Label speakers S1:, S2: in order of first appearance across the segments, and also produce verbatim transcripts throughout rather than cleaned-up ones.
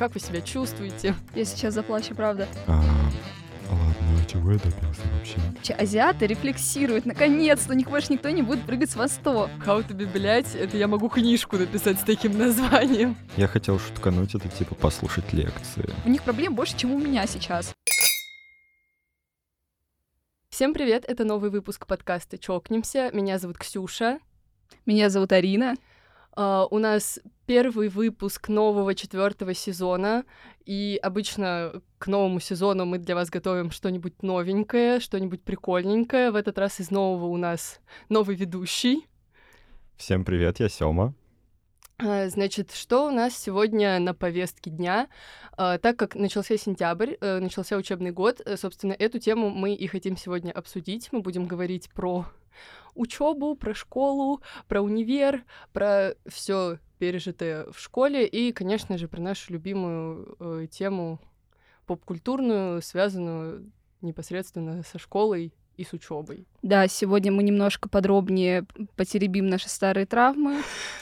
S1: как вы себя чувствуете?
S2: Я сейчас заплачу, правда.
S3: А, ладно, чего я добился вообще?
S2: Че, азиаты рефлексируют, наконец-то, у них больше никто не будет прыгать с моста.
S1: How to be, блять, это я могу книжку написать с таким названием.
S3: Я хотел шуткануть, это типа послушать лекции.
S2: У них проблем больше, чем у меня сейчас.
S1: Всем привет, это новый выпуск подкаста «Чокнемся». Меня зовут Ксюша.
S2: Меня зовут Арина.
S1: Uh, у нас первый выпуск нового четвертого сезона, и обычно к новому сезону мы для вас готовим что-нибудь новенькое, что-нибудь прикольненькое. В этот раз из нового у нас новый ведущий.
S3: Всем привет, я Сёма.
S1: Uh, значит, что у нас сегодня на повестке дня? Uh, так как начался сентябрь, uh, начался учебный год, uh, собственно, эту тему мы и хотим сегодня обсудить. Мы будем говорить про учебу, про школу, про универ, про все пережитое в школе и, конечно же, про нашу любимую э, тему поп-культурную, связанную непосредственно со школой и с учебой.
S2: Да, сегодня мы немножко подробнее потеребим наши старые травмы,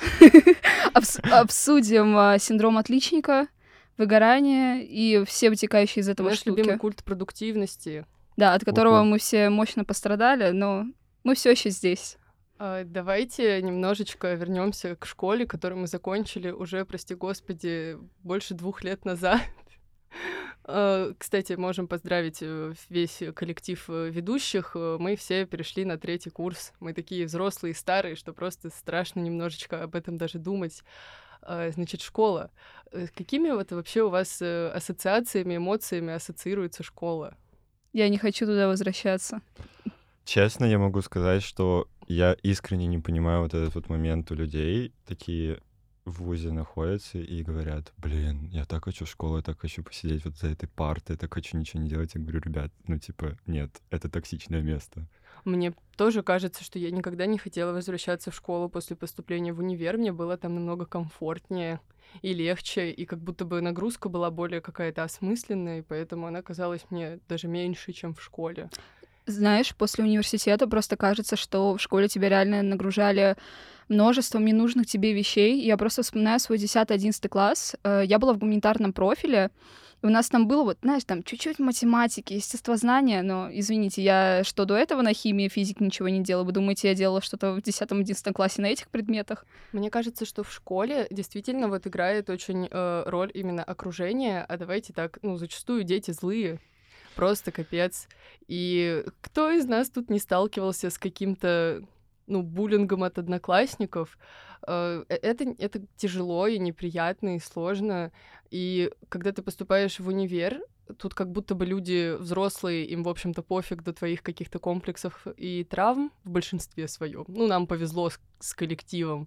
S2: обсудим синдром отличника, выгорание и все вытекающие из этого штуки.
S1: Наш любимый культ продуктивности.
S2: Да, от которого мы все мощно пострадали, но мы все еще здесь.
S1: А, давайте немножечко вернемся к школе, которую мы закончили уже, прости господи, больше двух лет назад. а, кстати, можем поздравить весь коллектив ведущих. Мы все перешли на третий курс. Мы такие взрослые и старые, что просто страшно немножечко об этом даже думать. А, значит, школа. С какими вот вообще у вас ассоциациями, эмоциями ассоциируется школа?
S2: Я не хочу туда возвращаться.
S3: Честно, я могу сказать, что я искренне не понимаю вот этот вот момент у людей. Такие в вузе находятся и говорят: блин, я так хочу в школу, я так хочу посидеть вот за этой партой, я так хочу ничего не делать. Я говорю: ребят, ну типа, нет, это токсичное место.
S1: Мне тоже кажется, что я никогда не хотела возвращаться в школу после поступления в универ. Мне было там намного комфортнее и легче, и как будто бы нагрузка была более какая-то осмысленная, и поэтому она казалась мне даже меньше, чем в школе.
S2: Знаешь, после университета просто кажется, что в школе тебя реально нагружали множеством ненужных тебе вещей. Я просто вспоминаю свой десятый-одиннадцатый класс. Я была в гуманитарном профиле, и у нас там было, вот, знаешь, там чуть-чуть математики, естествознания, но, извините, я что, до этого на химии, физике ничего не делала? Вы думаете, я делала что-то в десятом-одиннадцатом классе на этих предметах?
S1: Мне кажется, что в школе действительно вот играет очень э, роль именно окружения, а давайте так, ну, зачастую дети злые. Просто капец. И кто из нас тут не сталкивался с каким-то, ну, буллингом от одноклассников? Это, это тяжело и неприятно, и сложно. И когда ты поступаешь в универ, тут как будто бы люди взрослые, им, в общем-то, пофиг до твоих каких-то комплексов и травм в большинстве своем. Ну, нам повезло с, с коллективом.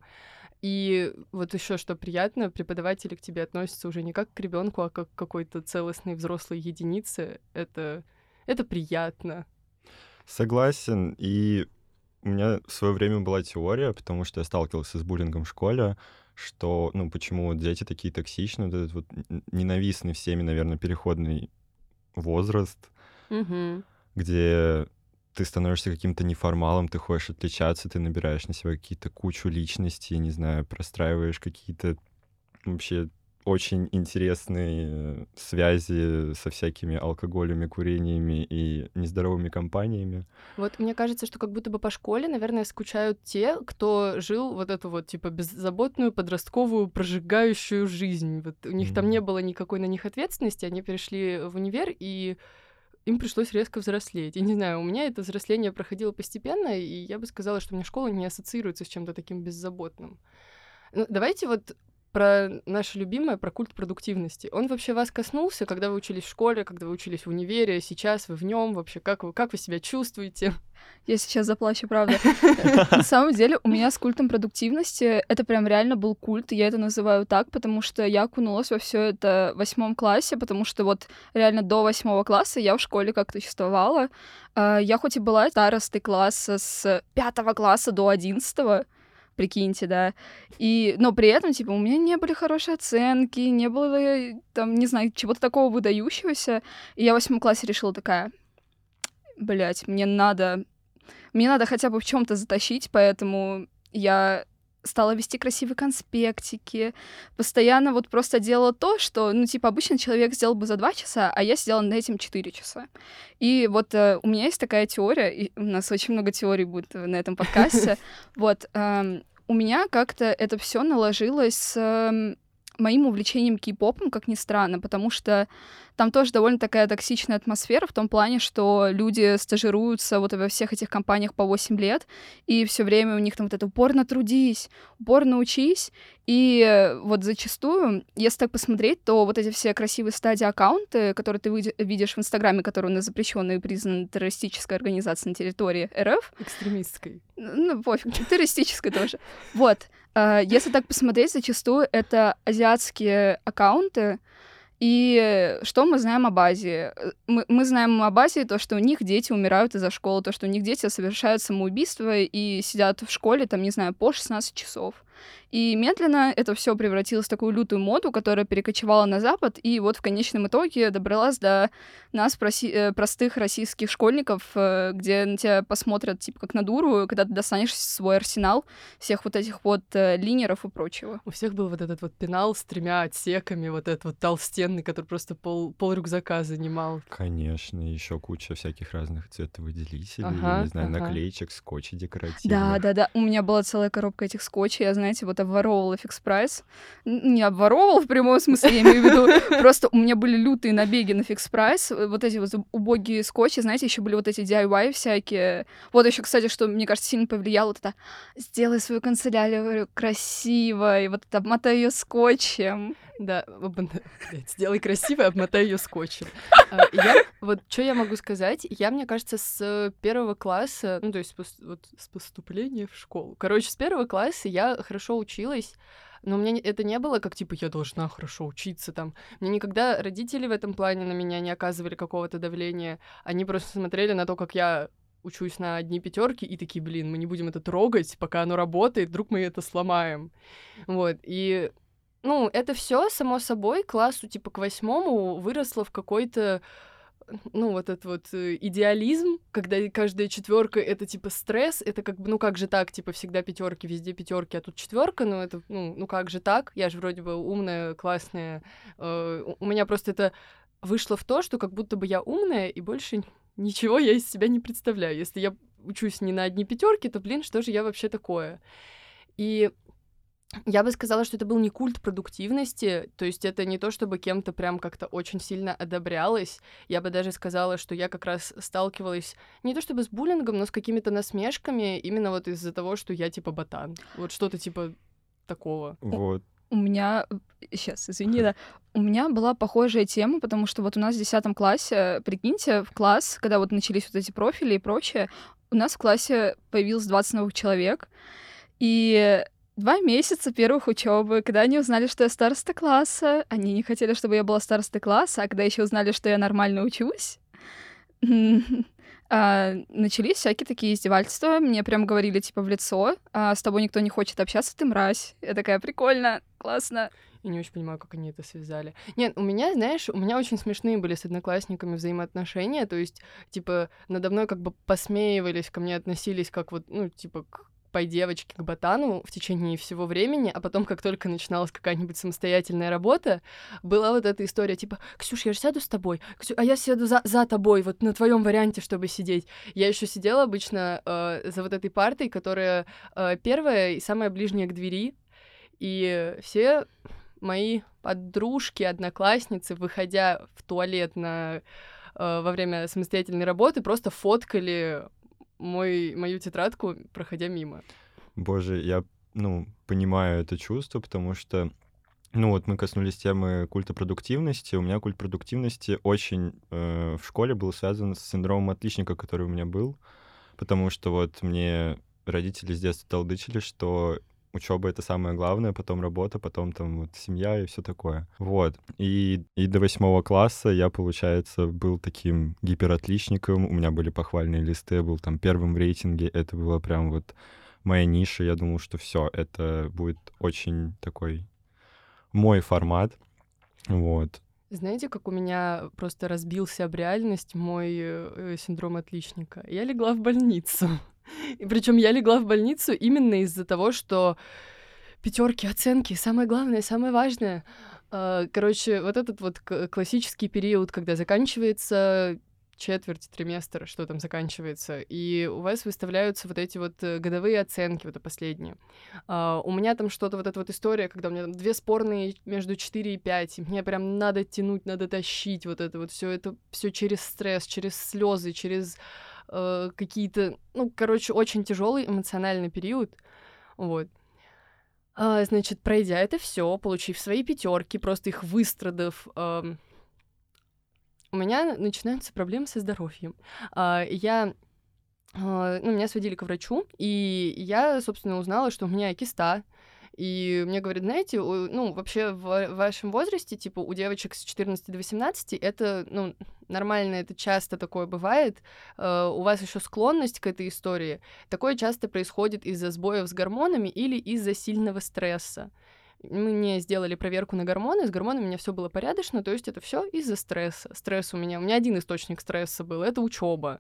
S1: И вот еще что приятно, преподаватели к тебе относятся уже не как к ребенку, а как к какой-то целостной взрослой единице. Это, это приятно.
S3: Согласен. И у меня в свое время была теория, потому что я сталкивался с буллингом в школе, что, ну, почему вот дети такие токсичные, вот этот вот ненавистный всеми, наверное, переходный возраст,
S1: Угу.
S3: где ты становишься каким-то неформалом, ты хочешь отличаться, ты набираешь на себя какие-то кучу личностей, не знаю, простраиваешь какие-то вообще очень интересные связи со всякими алкоголями, курениями и нездоровыми компаниями.
S1: Вот мне кажется, что как будто бы по школе, наверное, скучают те, кто жил вот эту вот, типа, беззаботную, подростковую, прожигающую жизнь. Вот у них mm-hmm. там не было никакой на них ответственности, они перешли в универ, и им пришлось резко взрослеть. Я не знаю, у меня это взросление проходило постепенно, и я бы сказала, что у меня школа не ассоциируется с чем-то таким беззаботным. Ну, давайте вот про наше любимое, про культ продуктивности. Он вообще вас коснулся, когда вы учились в школе, когда вы учились в универе, сейчас вы в нем вообще? Как вы, как вы себя чувствуете?
S2: Я сейчас заплачу, правда. На самом деле, у меня с культом продуктивности это прям реально был культ, и я это называю так, потому что я окунулась во все это в восьмом классе, потому что вот реально до восьмого класса я в школе как-то существовала. Я хоть и была старостой класса с пятого класса до одиннадцатого, прикиньте, да. И, но при этом, типа, у меня не были хорошие оценки, не было, там, не знаю, чего-то такого выдающегося. И я в восьмом классе решила такая: блять, мне надо... Мне надо хотя бы в чем-то затащить, поэтому я стала вести красивые конспектики, постоянно вот просто делала то, что, ну, типа, обычно человек сделал бы за два часа, а я сидела над этим четыре часа. И вот э, у меня есть такая теория, и у нас очень много теорий будет на этом подкасте, вот, эм, у меня как-то это все наложилось с эм, моим увлечением кей-попом, как ни странно, потому что там тоже довольно такая токсичная атмосфера в том плане, что люди стажируются вот во всех этих компаниях по восемь лет, и все время у них там вот это упорно трудись, упорно учись, и вот зачастую, если так посмотреть, то вот эти все красивые стадии аккаунты, которые ты выйди- видишь в Инстаграме, которые у нас запрещены и признаны террористической организацией на территории эр эф.
S1: Экстремистской.
S2: Ну, пофиг, террористической тоже. Вот. э, Если так посмотреть, зачастую это азиатские аккаунты. И что мы знаем об Азии? Мы, мы знаем об Азии то, что у них дети умирают из-за школы, то, что у них дети совершают самоубийство и сидят в школе, там, не знаю, по шестнадцать часов. И медленно это все превратилось в такую лютую моду, которая перекочевала на Запад, и вот в конечном итоге добралась до нас, проси- простых российских школьников, где на тебя посмотрят, типа, как на дуру, когда ты достанешь свой арсенал всех вот этих вот э, линеров и прочего.
S1: У всех был вот этот вот пенал с тремя отсеками, вот этот вот толстенный, который просто пол, пол рюкзака занимал.
S3: Конечно, еще куча всяких разных цветовыделителей,
S1: Ага,
S3: я не знаю,
S1: ага.
S3: наклеечек, скотчей
S2: Да,
S3: декоративных.
S2: да, да. У меня была целая коробка этих скотчей. Я, знаете, вот обворовывала фикс-прайс. Н- Не обворовывала в прямом смысле, я имею в виду. Просто у меня были лютые набеги на фикс-прайс. Вот эти вот убогие скотчи, знаете, еще были вот эти ди ай вай всякие. Вот еще, кстати, что, мне кажется, сильно повлияло, вот это «сделай свою канцелярию красивой», вот это «обмотай ее скотчем».
S1: Да, обм- блядь, сделай красиво, обмотай ее скотчем. А, Я, вот, что я могу сказать? Я, мне кажется, с первого класса, ну, то есть с пос- вот с поступления в школу. Короче, с первого класса я хорошо училась, но у меня не- это не было как, типа, я должна хорошо учиться там. Мне никогда родители в этом плане на меня не оказывали какого-то давления. Они просто смотрели на то, как я учусь на одни пятерки и такие, блин, мы не будем это трогать, пока оно работает, вдруг мы это сломаем. Вот, и ну, это все само собой, к классу, типа, к восьмому выросло в какой-то, ну, вот этот вот э, идеализм, когда каждая четверка это, типа, стресс, это как бы, ну, как же так, типа, всегда пятерки, везде пятерки, а тут четверка, ну, это, ну, ну, как же так? Я же вроде бы умная, классная. Э, у у меня просто это вышло в то, что как будто бы я умная, и больше ничего я из себя не представляю. Если я учусь не на одни пятерки, то, блин, что же я вообще такое? И я бы сказала, что это был не культ продуктивности, то есть это не то, чтобы кем-то прям как-то очень сильно одобрялось. Я бы даже сказала, что я как раз сталкивалась не то чтобы с буллингом, но с какими-то насмешками именно вот из-за того, что я типа ботан. Вот что-то типа такого.
S3: Вот.
S2: У меня... Сейчас, извини, да. У меня была похожая тема, потому что вот у нас в десятом классе, прикиньте, в класс, когда вот начались вот эти профили и прочее, у нас в классе появилось двадцать новых человек, и два месяца первых учебы, когда они узнали, что я староста класса, они не хотели, чтобы я была старостой класса, а когда еще узнали, что я нормально учусь, а, начались всякие такие издевательства. Мне прям говорили, типа, в лицо: «А, с тобой никто не хочет общаться, ты мразь». Я такая: прикольно, классно.
S1: Я не очень понимаю, как они это связали. Нет, у меня, знаешь, у меня очень смешные были с одноклассниками взаимоотношения, то есть, типа, надо мной как бы посмеивались, ко мне относились как вот, ну, типа, к пой девочке, к ботану в течение всего времени, а потом, как только начиналась какая-нибудь самостоятельная работа, была вот эта история, типа, «Ксюш, я же сяду с тобой, Ксю... а я сяду за, за тобой, вот на твоем варианте, чтобы сидеть». Я еще сидела обычно э, за вот этой партой, которая э, первая и самая ближняя к двери, и все мои подружки, одноклассницы, выходя в туалет на, э, во время самостоятельной работы, просто фоткали мой, мою тетрадку, проходя мимо.
S3: Боже, я, ну, понимаю это чувство, потому что, ну, вот мы коснулись темы культа продуктивности. У меня культ продуктивности очень э, в школе был связан с синдромом отличника, который у меня был, потому что вот мне родители с детства толдычили, что учеба — это самое главное, потом работа, потом там вот семья и все такое. Вот. И, и до восьмого класса я, получается, был таким гиперотличником. У меня были похвальные листы, я был там первым в рейтинге. Это было прям вот моя ниша. Я думал, что все, это будет очень такой мой формат. Вот.
S1: Знаете, как у меня просто разбился об реальность мой э, синдром отличника? Я легла в больницу. И причем я легла в больницу именно из-за того, что пятерки, оценки, самое главное, самое важное. А, Короче, вот этот вот к- классический период, когда заканчивается четверть триместра, что там заканчивается, и у вас выставляются вот эти вот э, годовые оценки, вот это последние. А, у меня там что-то, вот эта вот история, когда у меня там две спорные между четыре и пять, и мне прям надо тянуть, надо тащить вот это вот все это все через стресс, через слезы, через э, какие-то, ну, короче, очень тяжелый эмоциональный период, вот. А, значит, пройдя это все, получив свои пятерки, просто их выстрадав, ам, у меня начинаются проблемы со здоровьем. А, я, а, ну, меня сводили к врачу, и я, собственно, узнала, что у меня киста. И мне говорят, знаете, у- ну, вообще в ва- вашем возрасте, типа, у девочек с четырнадцати до восемнадцати, это, ну, нормально, это часто такое бывает. Э, у вас еще склонность к этой истории. Такое часто происходит из-за сбоев с гормонами или из-за сильного стресса. Мне сделали проверку на гормоны, с гормонами у меня все было порядочно, то есть это все из-за стресса. Стресс у меня, у меня один источник стресса был, это учеба.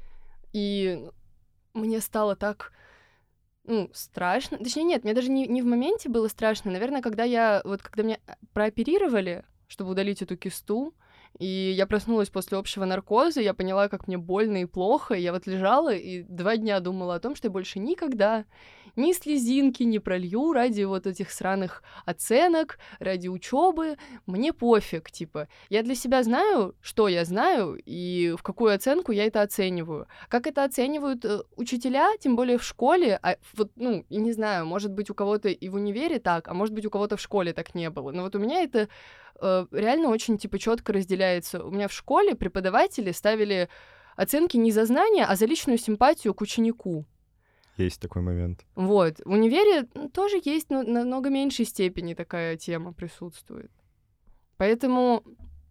S1: И мне стало так, ну, страшно. Точнее, нет, мне даже не, не в моменте было страшно. Наверное, когда я, вот когда меня прооперировали, чтобы удалить эту кисту, и я проснулась после общего наркоза, я поняла, как мне больно и плохо, и я вот лежала и два дня думала о том, что я больше никогда ни слезинки не пролью ради вот этих сраных оценок, ради учебы. Мне пофиг, типа. Я для себя знаю, что я знаю, и в какую оценку я это оцениваю. Как это оценивают э, учителя, тем более в школе, а вот, ну, я не знаю, может быть, у кого-то и в универе так, а может быть, у кого-то в школе так не было. Но вот у меня это э, реально очень, типа, четко разделяется. У меня в школе преподаватели ставили оценки не за знания, а за личную симпатию к ученику.
S3: Есть такой момент.
S1: Вот. В универе м, тоже есть, но намного меньшей степени такая тема присутствует. Поэтому,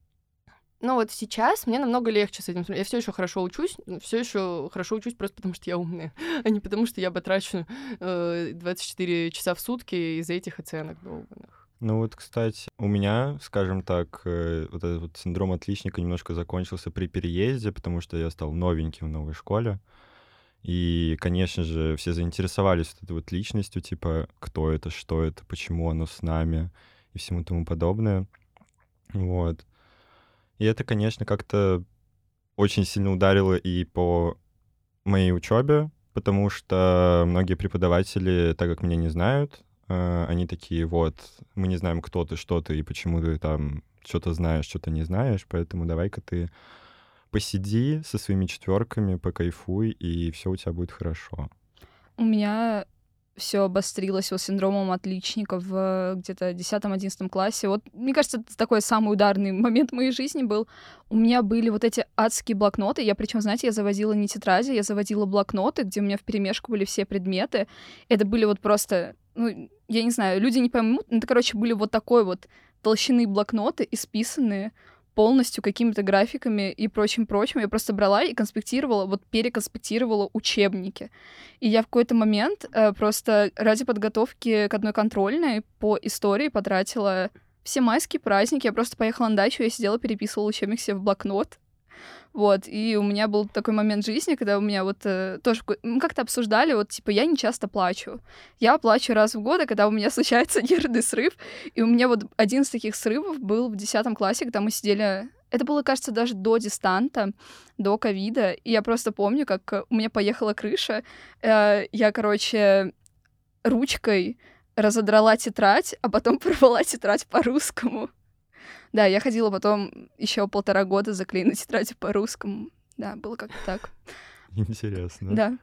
S1: ну вот сейчас мне намного легче с этим. Я все еще хорошо учусь, все еще хорошо учусь просто потому, что я умная, а не потому, что я потрачу э, двадцать четыре часа в сутки из-за этих оценок долбанных.
S3: Ну вот, кстати, у меня, скажем так, э, вот этот вот синдром отличника немножко закончился при переезде, потому что я стал новеньким в новой школе. И, конечно же, все заинтересовались вот этой вот личностью, типа, кто это, что это, почему оно с нами и всему тому подобное. Вот. И это, конечно, как-то очень сильно ударило и по моей учебе, потому что многие преподаватели, так как меня не знают, э, они такие, вот, мы не знаем, кто ты, что ты и почему ты там что-то знаешь, что-то не знаешь, поэтому давай-ка ты посиди со своими четверками, покайфуй, и все у тебя будет хорошо.
S2: У меня все обострилось вот синдромом отличника в где-то десятом-одиннадцатом классе. Вот, мне кажется, это такой самый ударный момент в моей жизни был. У меня были вот эти адские блокноты. Я, причем, знаете, я заводила не тетради, я заводила блокноты, где у меня вперемешку были все предметы. Это были вот просто, ну, я не знаю, люди не поймут, но это, короче, были вот такой вот толщины блокноты, исписанные полностью какими-то графиками и прочим-прочим. Я просто брала и конспектировала, вот переконспектировала учебники. И я в какой-то момент э, просто ради подготовки к одной контрольной по истории потратила все майские праздники. Я просто поехала на дачу, я сидела, переписывала учебник себе в блокнот. Вот, и у меня был такой момент в жизни, когда у меня вот э, тоже... Мы как-то обсуждали, вот, типа, я не часто плачу. Я плачу раз в год, а когда у меня случается нервный срыв. И у меня вот один из таких срывов был в десятом классе, когда мы сидели... Это было, кажется, даже до дистанта, до ковида. И я просто помню, как у меня поехала крыша. Э, я, короче, ручкой разодрала тетрадь, а потом порвала тетрадь по-русскому. Да, я ходила потом еще полтора года заклеенной тетрадью по-русскому. Да, было как-то так.
S3: Интересно.
S2: Да.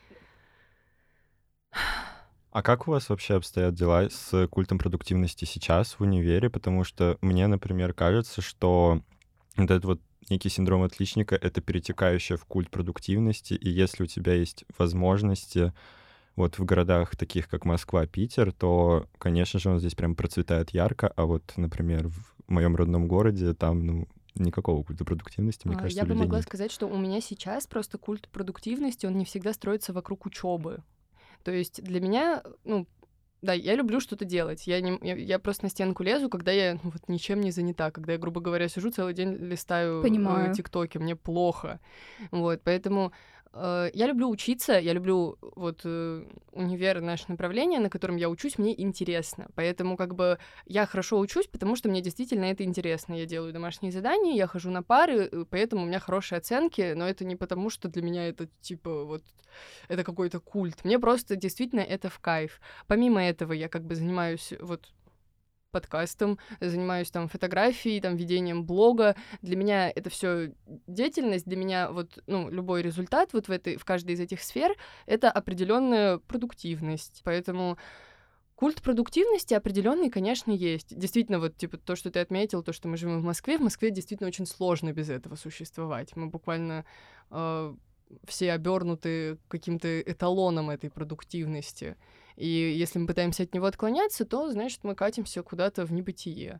S3: А как у вас вообще обстоят дела с культом продуктивности сейчас в универе? Потому что мне, например, кажется, что вот этот вот некий синдром отличника — это перетекающее в культ продуктивности, и если у тебя есть возможности вот в городах таких, как Москва, Питер, то, конечно же, он здесь прям процветает ярко, а вот, например, в моем родном городе там, ну, никакого культа продуктивности, мне
S1: А,
S3: кажется,
S1: Я
S3: у
S1: бы
S3: людей
S1: могла
S3: нет.
S1: сказать, что у меня сейчас просто культ продуктивности, он не всегда строится вокруг учебы. То есть для меня, ну, да, я люблю что-то делать. Я, не, я, я просто на стенку лезу, когда я ну, вот ничем не занята, когда я, грубо говоря, сижу целый день, листаю э,
S2: Понимаю.
S1: тиктоки, мне плохо. Вот, поэтому э, я люблю учиться, я люблю вот э, универ, наше направление, на котором я учусь, мне интересно. Поэтому как бы я хорошо учусь, потому что мне действительно это интересно. Я делаю домашние задания, я хожу на пары, поэтому у меня хорошие оценки, но это не потому, что для меня это типа вот это какой-то культ. Мне просто действительно это в кайф. Помимо этого я как бы занимаюсь вот подкастом, занимаюсь там фотографией, там ведением блога. Для меня это все деятельность, для меня вот ну любой результат вот в этой в каждой из этих сфер это определенная продуктивность. Поэтому культ продуктивности определенный, конечно, есть. Действительно, вот типа то, что ты отметил, то, что мы живем в Москве, в Москве действительно очень сложно без этого существовать. Мы буквально э, все обернуты каким-то эталоном этой продуктивности. И если мы пытаемся от него отклоняться, то, значит, мы катимся куда-то в небытие.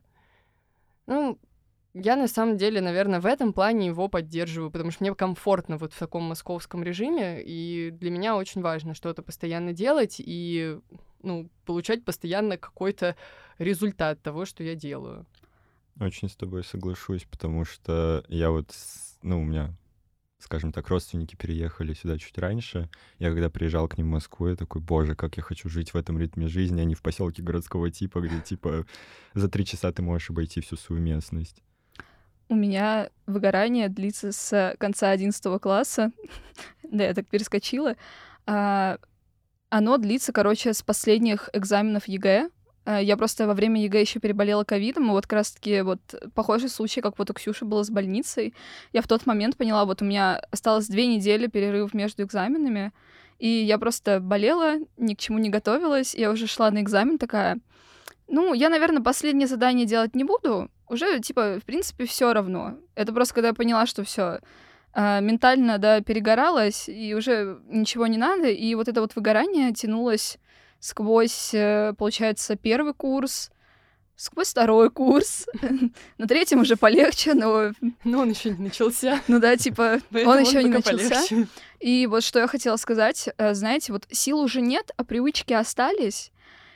S1: Ну, я на самом деле, наверное, в этом плане его поддерживаю, потому что мне комфортно вот в таком московском режиме, и для меня очень важно что-то постоянно делать и, ну, получать постоянно какой-то результат того, что я делаю.
S3: Очень с тобой соглашусь, потому что я вот, ну, у меня, скажем так, родственники переехали сюда чуть раньше. Я когда приезжал к ним в Москву, я такой, боже, как я хочу жить в этом ритме жизни, а не в поселке городского типа, где, типа, за три часа ты можешь обойти всю свою местность.
S2: У меня выгорание длится с конца одиннадцатого класса. Да, я так перескочила. А, оно длится, короче, с последних экзаменов ЕГЭ. А, я просто во время ЕГЭ еще переболела ковидом, и вот как раз-таки вот похожий случай, как вот у Ксюши было с больницей. Я в тот момент поняла, вот у меня осталось две недели перерыв между экзаменами, и я просто болела, ни к чему не готовилась. Я уже шла на экзамен такая, ну, я, наверное, последнее задание делать не буду. Уже, типа, в принципе, все равно. Это просто когда я поняла, что все ментально, да, перегоралась, и уже ничего не надо. И вот это вот выгорание тянулось сквозь, получается, первый курс, сквозь второй курс. На третьем уже полегче, но...
S1: Но он еще не начался.
S2: Ну да, типа, он еще не начался. И вот что я хотела сказать. Знаете, вот сил уже нет, а привычки остались.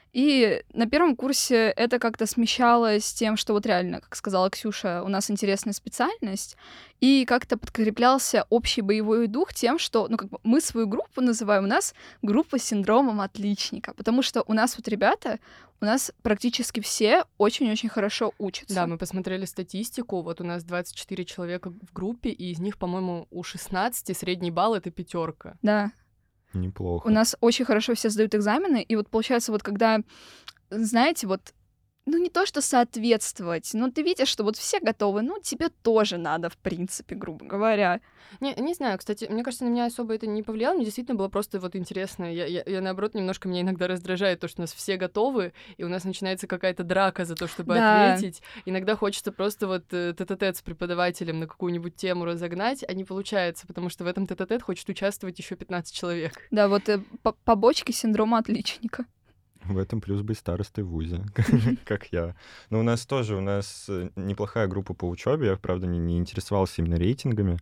S2: И на первом курсе это как-то смещалось с тем, что вот реально, как сказала Ксюша, у нас интересная специальность, и как-то подкреплялся общий боевой дух тем, что, ну, как бы мы свою группу называем, у нас группа с синдромом отличника, потому что у нас вот ребята, у нас практически все очень-очень хорошо учатся.
S1: Да, мы посмотрели статистику, вот у нас двадцать четыре человека в группе, и из них, по-моему, у шестнадцати средний балл — это пятерка.
S2: Да.
S3: Неплохо.
S2: У нас очень хорошо все сдают экзамены, и вот получается, вот когда, знаете, вот, ну не то что соответствовать, но ты видишь, что вот все готовы, ну тебе тоже надо, в принципе, грубо говоря.
S1: Не, не знаю, кстати, мне кажется, на меня особо это не повлияло, мне действительно было просто вот интересно. Я, я, я наоборот, немножко меня иногда раздражает то, что у нас все готовы, и у нас начинается какая-то драка за то, чтобы
S2: Да.
S1: ответить. Иногда хочется просто вот э, тет-а-тет с преподавателем на какую-нибудь тему разогнать, а не получается, потому что в этом тет-а-тет хочет участвовать еще пятнадцать человек.
S2: Да, вот э, по- побочки синдрома отличника.
S3: В этом плюс быть старостой в вузе, как я. Но у нас тоже, у нас неплохая группа по учебе. Я, правда, не, не интересовался именно рейтингами,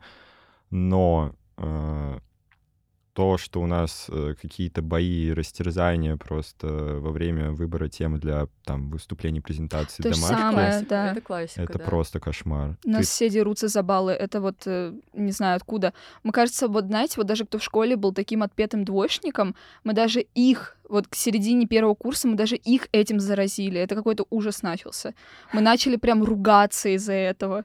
S3: но э, то, что у нас э, какие-то бои, растерзания просто во время выбора темы для там выступлений, презентаций,
S2: То же
S3: домашки,
S2: самое.
S1: Классика,
S2: да.
S1: это классика,
S3: это
S1: да.
S3: просто кошмар.
S2: У нас
S3: Ты-
S2: все дерутся за баллы. Это вот, э, не знаю откуда. Мне кажется, вот знаете, вот даже кто в школе был таким отпетым двоечником, мы даже их, вот к середине первого курса, мы даже их этим заразили. Это какой-то ужас начался. Мы начали прям ругаться из-за этого.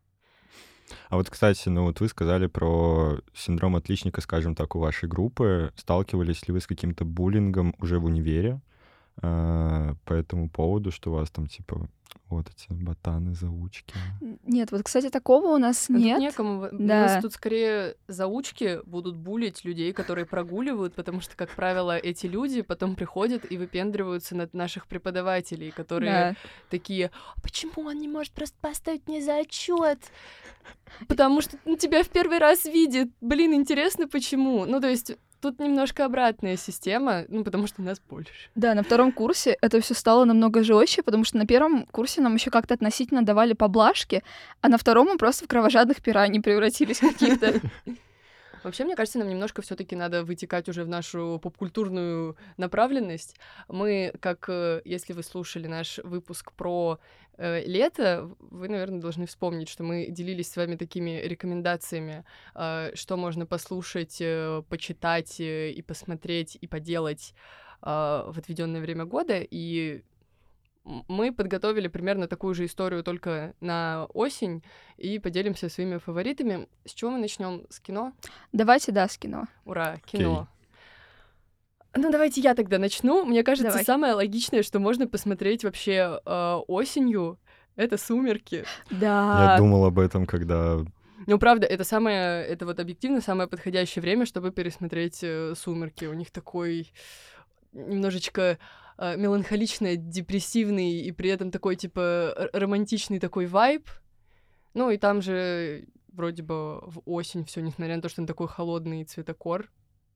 S3: А вот, кстати, ну вот вы сказали про синдром отличника, скажем так, у вашей группы. Сталкивались ли вы с каким-то буллингом уже в универе э, по этому поводу, что у вас там, типа, вот эти ботаны, заучки?
S2: Нет, вот, кстати, такого у нас
S1: А тут
S2: нет.
S1: некому. В- У
S2: Да.
S1: нас тут скорее заучки будут булить людей, которые прогуливают, потому что, как правило, эти люди потом приходят и выпендриваются над наших преподавателей, которые
S2: Да.
S1: такие: «А почему он не может просто поставить мне зачет? Потому что ну, тебя в первый раз видит. Блин, интересно, почему?» Ну, то есть тут немножко обратная система, ну, потому что нас больше.
S2: Да, на втором курсе это все стало намного жестче, потому что на первом курсе нам еще как-то относительно давали поблажки, а на втором мы просто в кровожадных пираний превратились каких-то.
S1: Вообще, мне кажется, нам немножко все-таки надо вытекать уже в нашу попкультурную направленность. Мы, как э, если вы слушали наш выпуск про э, лето, вы, наверное, должны вспомнить, что мы делились с вами такими рекомендациями, э, что можно послушать, э, почитать э, и посмотреть и поделать э, в отведенное время года. И мы подготовили примерно такую же историю только на осень и поделимся своими фаворитами. С чего мы начнем? С кино?
S2: Давайте, да, с кино.
S1: Ура, кино. Okay. Ну, давайте я тогда начну. Мне кажется,
S2: Давай.
S1: самое логичное, что можно посмотреть вообще э, осенью, это «Сумерки».
S2: Да.
S3: Я думал об этом, когда...
S1: Ну, правда, это самое, это вот объективно самое подходящее время, чтобы пересмотреть э, «Сумерки». У них такой немножечко... меланхоличный, депрессивный и при этом такой, типа, романтичный такой вайб. Ну, и там же вроде бы в осень все, несмотря на то, что он такой холодный цветокор.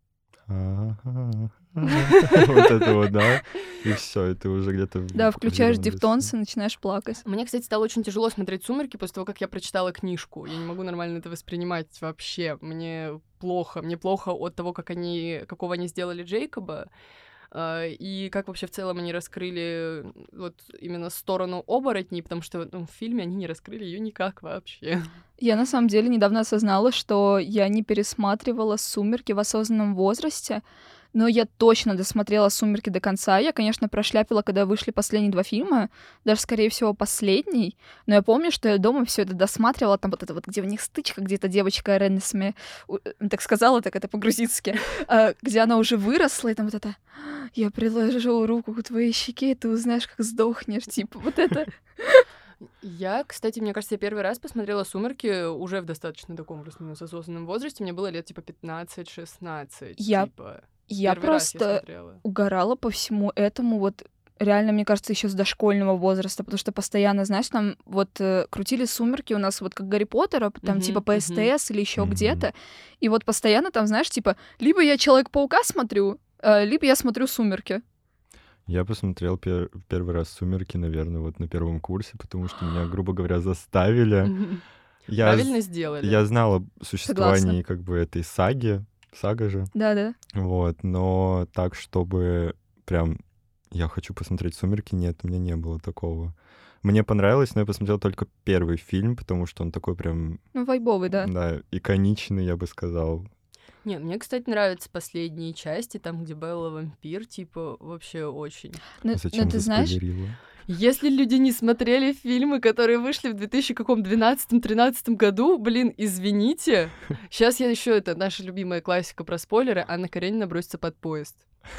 S3: Вот это вот, да? И все, и ты уже где-то...
S2: Да, включаешь дифтонс и начинаешь плакать.
S1: Мне, кстати, стало очень тяжело смотреть «Сумерки» после того, как я прочитала книжку. Я не могу нормально это воспринимать вообще. Мне плохо. Мне плохо от того, как они, какого они сделали Джейкоба. И как вообще в целом они раскрыли вот именно сторону оборотней, потому что ну, в фильме они не раскрыли ее никак вообще.
S2: Я на самом деле недавно осознала, что я не пересматривала «Сумерки» в осознанном возрасте, но я точно досмотрела «Сумерки» до конца. Я, конечно, прошляпила, когда вышли последние два фильма, даже, скорее всего, последний. Но я помню, что я дома все это досматривала, там вот это вот, где у них стычка, где-то девочка Ренесме так сказала, так это по-грузински, где она уже выросла, и там вот это «я приложу руку к твоей щеке, и ты узнаешь, как сдохнешь», типа вот это...
S1: Я, кстати, мне кажется, я первый раз посмотрела «Сумерки» уже в достаточно таком плюс-минус осознанном возрасте. Мне было лет, типа, пятнадцать-шестнадцать.
S2: Я...
S1: Типа,
S2: я просто
S1: я
S2: угорала по всему этому, вот реально, мне кажется, еще с дошкольного возраста, потому что постоянно, знаешь, там вот э, крутили «Сумерки» у нас вот как Гарри Поттера, там uh-huh, типа по СТС uh-huh. или еще uh-huh. где-то, и вот постоянно там, знаешь, типа, либо я Человек-паука смотрю, э, либо я смотрю «Сумерки».
S3: Я посмотрел пер- первый раз «Сумерки», наверное, вот на первом курсе, потому что меня, грубо говоря, заставили. Я
S1: Правильно сделали.
S3: Я знал о существовании как бы этой саги, сага же.
S2: Да-да.
S3: Вот, но так, чтобы прям я хочу посмотреть «Сумерки», нет, у меня не было такого. Мне понравилось, но я посмотрел только первый фильм, потому что он такой прям...
S2: Ну, вайбовый, да.
S3: Да, иконичный, я бы сказал.
S1: Не, мне, кстати, нравятся последние части, там, где Белла вампир, типа, вообще очень.
S2: Ну,
S3: а зачем
S2: ну, ты знаешь...
S1: Если люди не смотрели фильмы, которые вышли в две тысячи двенадцатом-тринадцатом году, блин, извините. Сейчас я еще это, наша любимая классика про спойлеры, Анна Каренина бросится под поезд.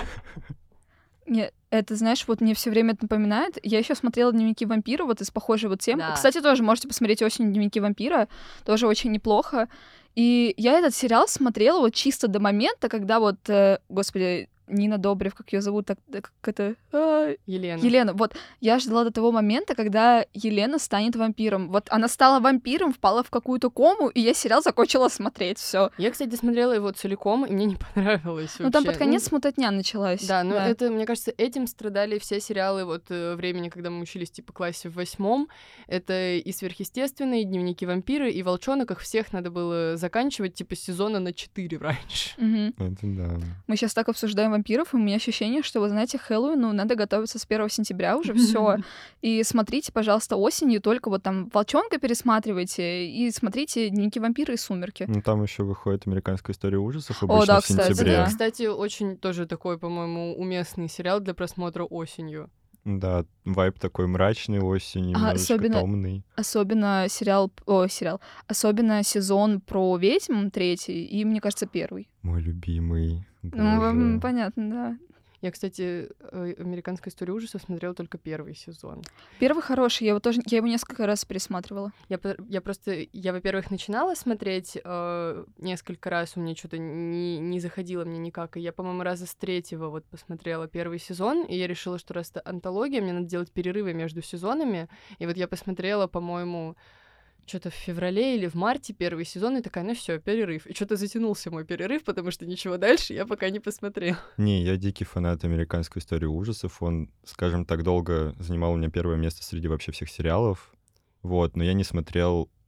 S2: Не, это, знаешь, вот мне все время это напоминает. Я еще смотрела «Дневники вампира», вот из похожей вот темы.
S1: Да.
S2: Кстати, тоже можете посмотреть «Осень. Дневники вампира», тоже очень неплохо. И я этот сериал смотрела вот чисто до момента, когда вот, э, господи, Нина Добрев, как ее зовут, так, как это... А,
S1: Елена.
S2: Елена, вот. Я ждала до того момента, когда Елена станет вампиром. Вот она стала вампиром, впала в какую-то кому, и я сериал закончила смотреть, все.
S1: Я, кстати, смотрела его целиком, и мне не понравилось вообще.
S2: Ну, там под конец ну, смутотня началась.
S1: Да, но
S2: да.
S1: это, мне кажется, этим страдали все сериалы вот э, времени, когда мы учились, типа, в классе в восьмом. Это и «Сверхъестественные», и «Дневники вампира», и «Волчонок». Их всех надо было заканчивать, типа, сезона на четыре раньше.
S2: Угу.
S3: Это да.
S2: Мы сейчас так обсуждаем вампиров, и у меня ощущение, что, вы знаете, к Хэллоуину надо готовиться с первого сентября уже, все. И смотрите, пожалуйста, осенью только вот там «Волчонка» пересматривайте, и смотрите «Дневники вампира» и «Сумерки».
S3: Ну, там еще выходит «Американская история ужасов»
S2: обычно
S3: О, да,
S2: в
S3: сентябре.
S2: Кстати, да.
S1: Кстати, очень тоже такой, по-моему, уместный сериал для просмотра осенью.
S3: Да, вайб такой мрачный осенью,
S2: а,
S3: немножечко
S2: особенно,
S3: томный.
S2: Особенно сериал, о, сериал, особенно сезон про ведьм третий, и, мне кажется, первый.
S3: Мой любимый.
S2: Ну, понятно, да.
S1: Я, кстати, «Американская история ужасов» смотрела только первый сезон.
S2: Первый хороший, я его тоже, я его несколько раз пересматривала.
S1: Я, я просто, я, во-первых, начинала смотреть э, несколько раз, у меня что-то не, не заходило мне никак, и я, по-моему, раза с третьего вот посмотрела первый сезон, и я решила, что раз это антология, мне надо делать перерывы между сезонами, и вот я посмотрела, по-моему, что-то в феврале или в марте первый сезон, и такая, ну все, перерыв. И что-то затянулся мой перерыв, потому что ничего дальше я пока не посмотрела.
S3: Не, я дикий фанат «Американской истории ужасов». Он, скажем так, долго занимал у меня первое место среди вообще всех сериалов. Вот, но я не смотрел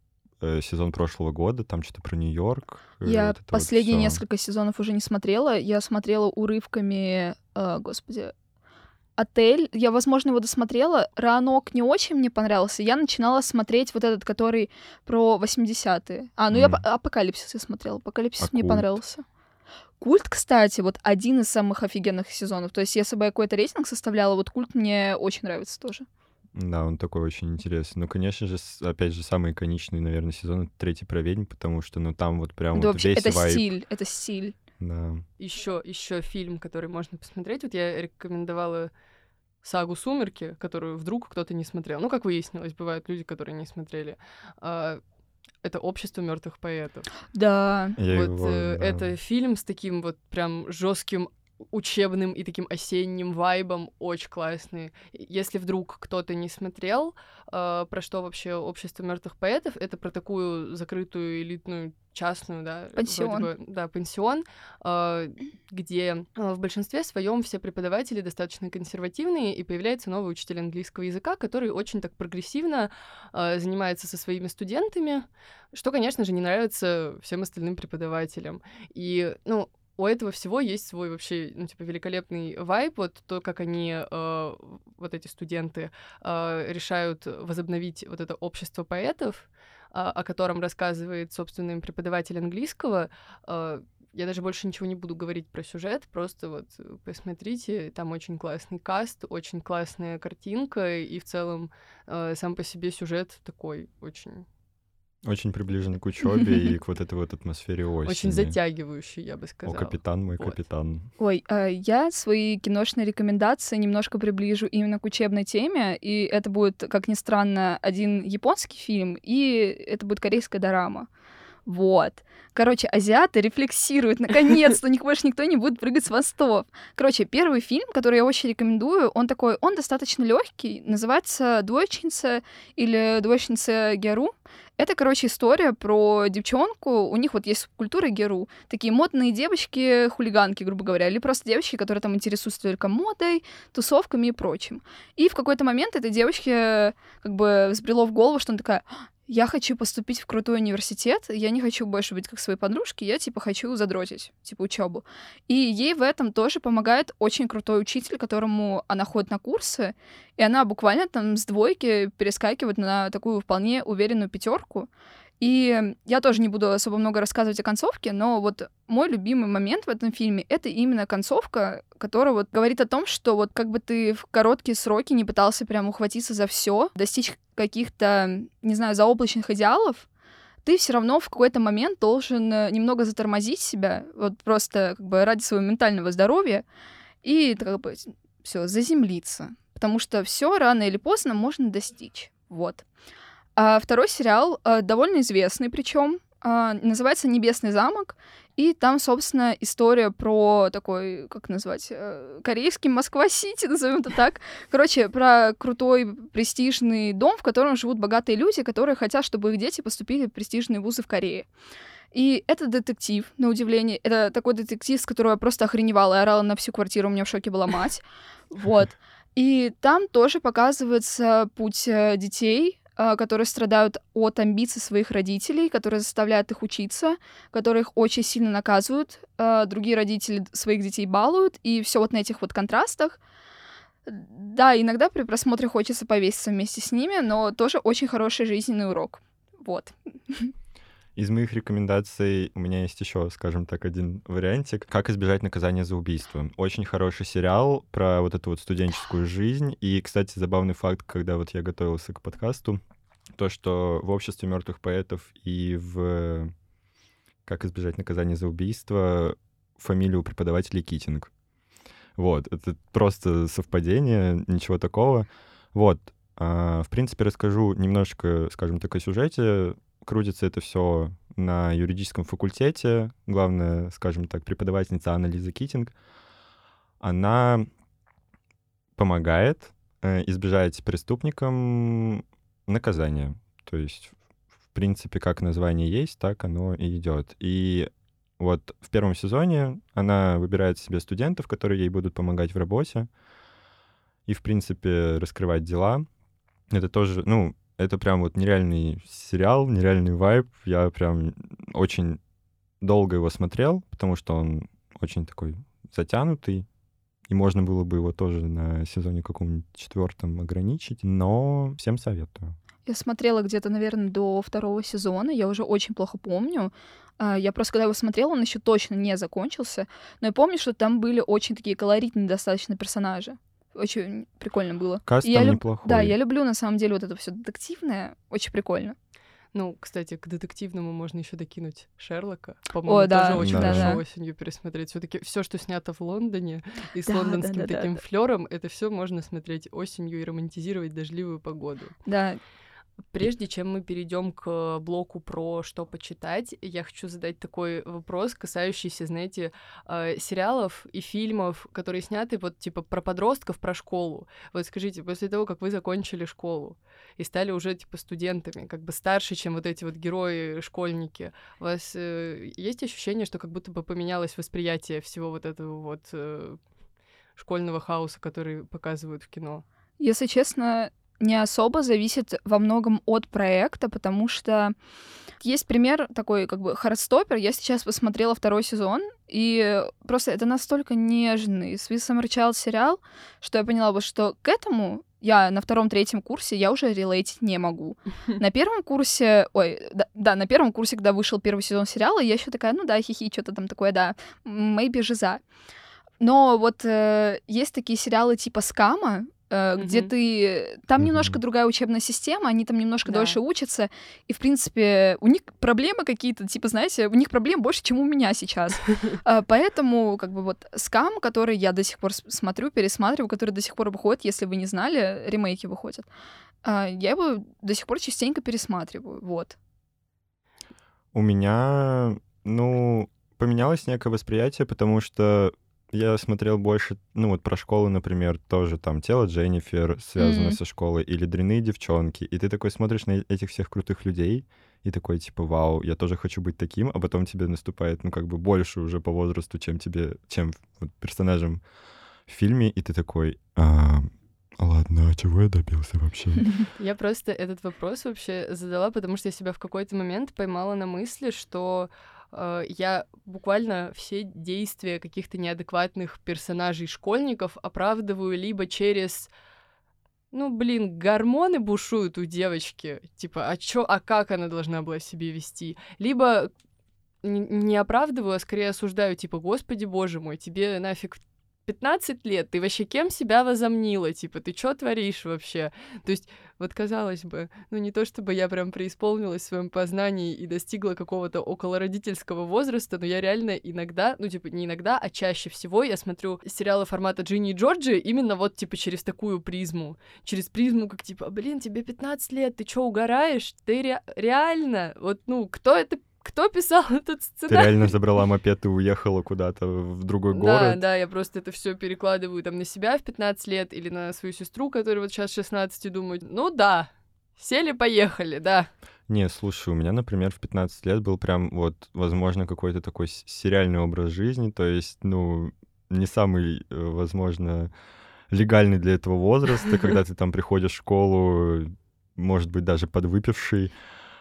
S3: э, сезон прошлого года, там что-то про Нью-Йорк. э,
S2: Я
S3: вот это вот
S2: последние
S3: всё.
S2: несколько сезонов уже не смотрела. Я смотрела урывками, э, господи, «Отель». Я, возможно, его досмотрела. «Роанок» не очень мне понравился. Я начинала смотреть вот этот, который про восьмидесятые. А, ну я
S3: М.
S2: по- «Апокалипсис» я смотрела. «Апокалипсис»
S3: А
S2: мне
S3: «Культ»?
S2: понравился. «Культ», кстати, вот один из самых офигенных сезонов. То есть если бы я какой-то рейтинг составляла, вот «Культ» мне очень нравится тоже.
S3: Да, он такой очень интересный. Ну, конечно же, с- опять же, самый иконичный, наверное, сезон — это «Третий про ведьм», потому что, ну, там вот прям
S2: Это
S3: вот
S2: вообще,
S3: весь
S2: это
S3: вайб.
S2: стиль, это стиль.
S3: Да.
S1: Еще, еще фильм, который можно посмотреть. Вот я рекомендовала сагу «Сумерки», которую вдруг кто-то не смотрел. Ну, как выяснилось, бывают люди, которые не смотрели. А, Это «Общество мертвых поэтов».
S2: Да.
S3: Я
S1: Вот
S3: его,
S1: э,
S3: да.
S1: это фильм с таким вот прям жестким учебным и таким осенним вайбом, очень классный. Если вдруг кто-то не смотрел, э, про что вообще «Общество мертвых поэтов», это про такую закрытую элитную частную, да,
S2: Пансион.
S1: вроде бы, да, пансион, э, где э, в большинстве своем все преподаватели достаточно консервативные, и появляется новый учитель английского языка, который очень так прогрессивно э, занимается со своими студентами, что, конечно же, не нравится всем остальным преподавателям. И, ну, у этого всего есть свой вообще, ну, типа, великолепный вайб, вот то, как они, э, вот эти студенты, э, решают возобновить вот это общество поэтов, э, о котором рассказывает, собственно, им преподаватель английского. Э, я даже больше ничего не буду говорить про сюжет, просто вот посмотрите, там очень классный каст, очень классная картинка, и в целом э, сам по себе сюжет такой очень...
S3: Очень приближен к учебе и к вот этой вот атмосфере осени.
S1: Очень затягивающий, я бы
S3: О,
S1: сказала.
S3: капитан мой,
S1: Вот.
S3: капитан.
S2: Ой, а я свои киношные рекомендации немножко приближу именно к учебной теме, и это будет, как ни странно, один японский фильм, и это будет корейская дорама. Вот. Короче, азиаты рефлексируют, наконец-то, у них больше никто не будет прыгать с мостов. Короче, первый фильм, который я очень рекомендую, он такой, он достаточно легкий, называется «Двоечница» или «Двоечница Геру». Это, короче, история про девчонку, у них вот есть культура геру, такие модные девочки-хулиганки, грубо говоря, или просто девочки, которые там интересуются только модой, тусовками и прочим. И в какой-то момент этой девочке как бы взбрело в голову, что она такая: я хочу поступить в крутой университет, я не хочу больше быть как свои подружки, я, типа, хочу задротить, типа, учебу. И ей в этом тоже помогает очень крутой учитель, которому она ходит на курсы, и она буквально там с двойки перескакивает на такую вполне уверенную пятерку. И я тоже не буду особо много рассказывать о концовке, но вот мой любимый момент в этом фильме — это именно концовка, которая вот говорит о том, что вот как бы ты в короткие сроки не пытался прям ухватиться за все, достичь каких-то, не знаю, заоблачных идеалов, ты все равно в какой-то момент должен немного затормозить себя, вот просто как бы ради своего ментального здоровья, и как бы все заземлиться, потому что все рано или поздно можно достичь. Вот. А второй сериал э, довольно известный, причем называется «Небесный замок», и там, собственно, история про такой, как назвать, э, корейский Москва-Сити, назовем это так. Короче, про крутой престижный дом, в котором живут богатые люди, которые хотят, чтобы их дети поступили в престижные вузы в Корее. И это детектив, на удивление. Это такой детектив, с которого я просто охреневала и орала на всю квартиру, у меня в шоке была мать. Вот. И там тоже показывается путь детей, которые страдают от амбиций своих родителей, которые заставляют их учиться, которые их очень сильно наказывают, другие родители своих детей балуют, и все вот на этих вот контрастах. Да, иногда при просмотре хочется повеситься вместе с ними, но тоже очень хороший жизненный урок. Вот.
S3: Из моих рекомендаций у меня есть еще, скажем так, один вариантик. «Как избежать наказания за убийство». Очень хороший сериал про вот эту вот студенческую жизнь. И, кстати, забавный факт, когда вот я готовился к подкасту, то, что в «Обществе мертвых поэтов» и в «Как избежать наказания за убийство» фамилия у преподавателей Китинг. Вот, это просто совпадение, ничего такого. Вот, а, в принципе, расскажу немножко, скажем так, о сюжете. Крутится это все на юридическом факультете. Главная, скажем так, преподавательница Анна Лиза Китинг. Она помогает э, избежать преступникам наказания. То есть, в принципе, как название есть, так оно и идет. И вот в первом сезоне она выбирает себе студентов, которые ей будут помогать в работе и, в принципе, раскрывать дела. Это тоже, ну, это прям вот нереальный сериал, нереальный вайб. Я прям очень долго его смотрел, потому что он очень такой затянутый, и можно было бы его тоже на сезоне каком-нибудь четвертом ограничить, но всем советую.
S2: Я смотрела где-то, наверное, до второго сезона, я уже очень плохо помню. А, Я просто, когда его смотрела, он еще точно не закончился, но я помню, что там были очень такие колоритные достаточно персонажи. Очень прикольно было.
S3: Каст
S2: И я
S3: там
S2: люб-
S3: неплохой.
S2: Да, я люблю на самом деле вот это все детективное, очень прикольно.
S1: Ну, кстати, к детективному можно еще докинуть Шерлока. По-моему,
S2: О, да,
S1: тоже очень
S3: да,
S1: хорошо
S2: да.
S1: осенью пересмотреть. Все-таки все, что снято в Лондоне и с
S2: Да,
S1: лондонским
S2: да, да,
S1: таким
S2: да.
S1: флером, это все можно смотреть осенью и романтизировать дождливую погоду.
S2: Да,
S1: Прежде чем мы перейдем к блоку про что почитать, я хочу задать такой вопрос, касающийся, знаете, э, сериалов и фильмов, которые сняты вот типа про подростков, про школу. Вот скажите, после того, как вы закончили школу и стали уже типа студентами, как бы старше, чем вот эти вот герои-школьники, у вас э, есть ощущение, что как будто бы поменялось восприятие всего вот этого вот э, школьного хаоса, который показывают в кино?
S2: если честно, не особо, зависит во многом от проекта, потому что есть пример такой, как бы, Heartstopper. Я сейчас посмотрела второй сезон, и просто это настолько нежный Sweet Summer Child сериал, что я поняла, вот, что к этому я на втором-третьем курсе я уже релейтить не могу. На первом курсе, ой, да, да, на первом курсе, когда вышел первый сезон сериала, я еще такая, ну да, хихи, что-то там такое, да, maybe жиза. Но вот э, есть такие сериалы типа «Скама», э, где
S1: Мгм.
S2: ты... Там
S3: Мгм.
S2: немножко другая учебная система, они там немножко
S1: Да.
S2: дольше учатся, и, в принципе, у них проблемы какие-то, типа, знаете, у них проблем больше, чем у меня сейчас. Э, Поэтому, как бы, вот «Скам», который я до сих пор с- смотрю, пересматриваю, который до сих пор выходит, если вы не знали, ремейки выходят, э, я его до сих пор частенько пересматриваю, вот.
S3: У меня, ну, поменялось некое восприятие, потому что я смотрел больше, ну вот про школу, например, тоже там «Тело Дженнифер», связанное
S2: М.
S3: со школой, или «Дрянные девчонки», и ты такой смотришь на этих всех крутых людей, и такой, типа, вау, я тоже хочу быть таким, а потом тебе наступает, ну, как бы больше уже по возрасту, чем тебе, чем вот персонажам в фильме, и ты такой, «А, ладно, а чего я добился вообще?»
S1: Я просто этот вопрос вообще задала, потому что я себя в какой-то момент поймала на мысли, что э, я буквально все действия каких-то неадекватных персонажей-школьников оправдываю либо через, ну, блин, гормоны бушуют у девочки, типа, а чё, а как она должна была себя вести, либо н- не оправдываю, а скорее осуждаю, типа, господи, боже мой, тебе нафиг пятнадцать лет, ты вообще кем себя возомнила, типа, ты чё творишь вообще? То есть, вот казалось бы, ну не то чтобы я прям преисполнилась в своем познании и достигла какого-то околородительского возраста, но я реально иногда, ну типа не иногда, а чаще всего я смотрю сериалы формата Джинни и Джорджи именно вот типа через такую призму, через призму как типа, блин, тебе пятнадцать лет, ты чё угораешь? Ты ре- реально, вот ну кто это кто писал этот
S3: Ты
S1: сценарий?
S3: реально забрала мопед и уехала куда-то в другой
S1: Да,
S3: город?
S1: да, я просто это все перекладываю там на себя в пятнадцать лет или на свою сестру, которая вот сейчас шестнадцать, и думаю, ну да, сели, поехали, да.
S3: Не, слушай, у меня, например, в пятнадцать лет был прям вот, возможно, какой-то такой с- сериальный образ жизни, то есть, ну, не самый, э, возможно, легальный для этого возраста, когда ты там приходишь в школу, может быть, даже подвыпивший.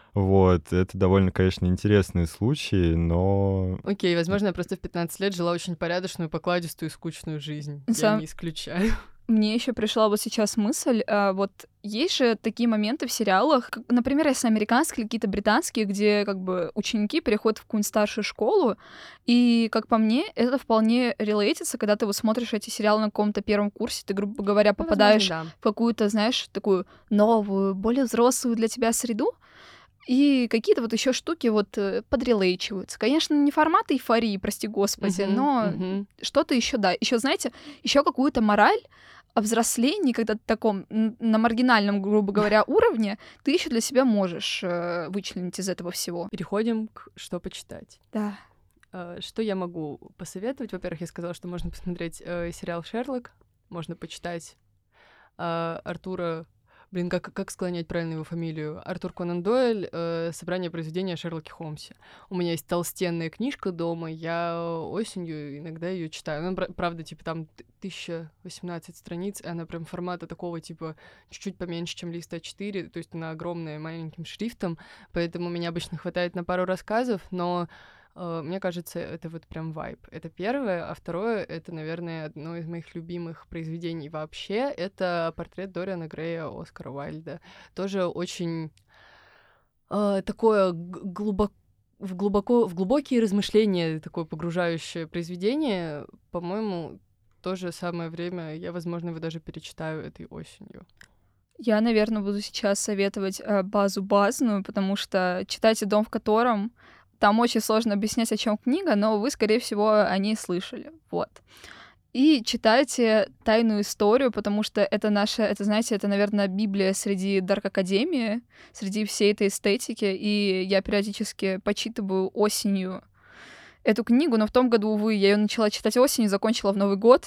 S3: Вот, это довольно, конечно, интересные случаи, но
S1: Окей, возможно, я просто в пятнадцать лет жила очень порядочную, покладистую и скучную жизнь. Я
S2: Сам-
S1: не исключаю.
S2: Мне еще пришла вот сейчас мысль, а, вот есть же такие моменты в сериалах, как, например, если американские или какие-то британские, где как бы ученики переходят в какую-нибудь старшую школу, и, как по мне, это вполне релейтится, когда ты вот смотришь эти сериалы на каком-то первом курсе, ты, грубо говоря,
S1: Ну,
S2: попадаешь
S1: возможно,
S2: в какую-то, знаешь, такую новую, более взрослую для тебя среду, и какие-то вот еще штуки вот э, подрелейчиваются. Конечно, не формат эйфории, прости господи,
S1: Мгм,
S2: но
S1: мгм.
S2: что-то еще, да. Еще, знаете, еще какую-то мораль о взрослении, когда ты таком н- на маргинальном, грубо говоря, уровне, ты еще для себя можешь э, вычленить из этого всего.
S1: Переходим к что почитать.
S2: Да.
S1: Э, Что я могу посоветовать? Во-первых, я сказала, что можно посмотреть э, сериал «Шерлок», можно почитать э, Артура Блин, как, как склонять правильно его фамилию? Артур Конан Дойль, э, «Собрание произведений о Шерлоке Холмсе». У меня есть толстенная книжка дома, я осенью иногда ее читаю. Она, правда, типа там тысяча восемнадцать страниц, и она прям формата такого, типа, чуть-чуть поменьше, чем лист а четыре, то есть она огромная, маленьким шрифтом, поэтому меня обычно хватает на пару рассказов, но Uh, мне кажется, это вот прям вайб. Это первое. А второе — это, наверное, одно из моих любимых произведений вообще. Это портрет Дориана Грея Оскара Уайльда. Тоже очень uh, такое глубоко в, глубоко, в глубокие размышления, такое погружающее произведение. По-моему, то же самое время. Я, возможно, его даже перечитаю этой осенью.
S2: Я, наверное, буду сейчас советовать э, базу базную, потому что читайте «Дом в котором». Там очень сложно объяснять, о чем книга, но вы, скорее всего, о ней слышали. Вот. И читайте «Тайную историю», потому что это наша, это, знаете, это, наверное, Библия среди Дарк-академии, среди всей этой эстетики. И я периодически почитываю осенью эту книгу, но в том году, увы, я ее начала читать осенью, закончила в Новый год.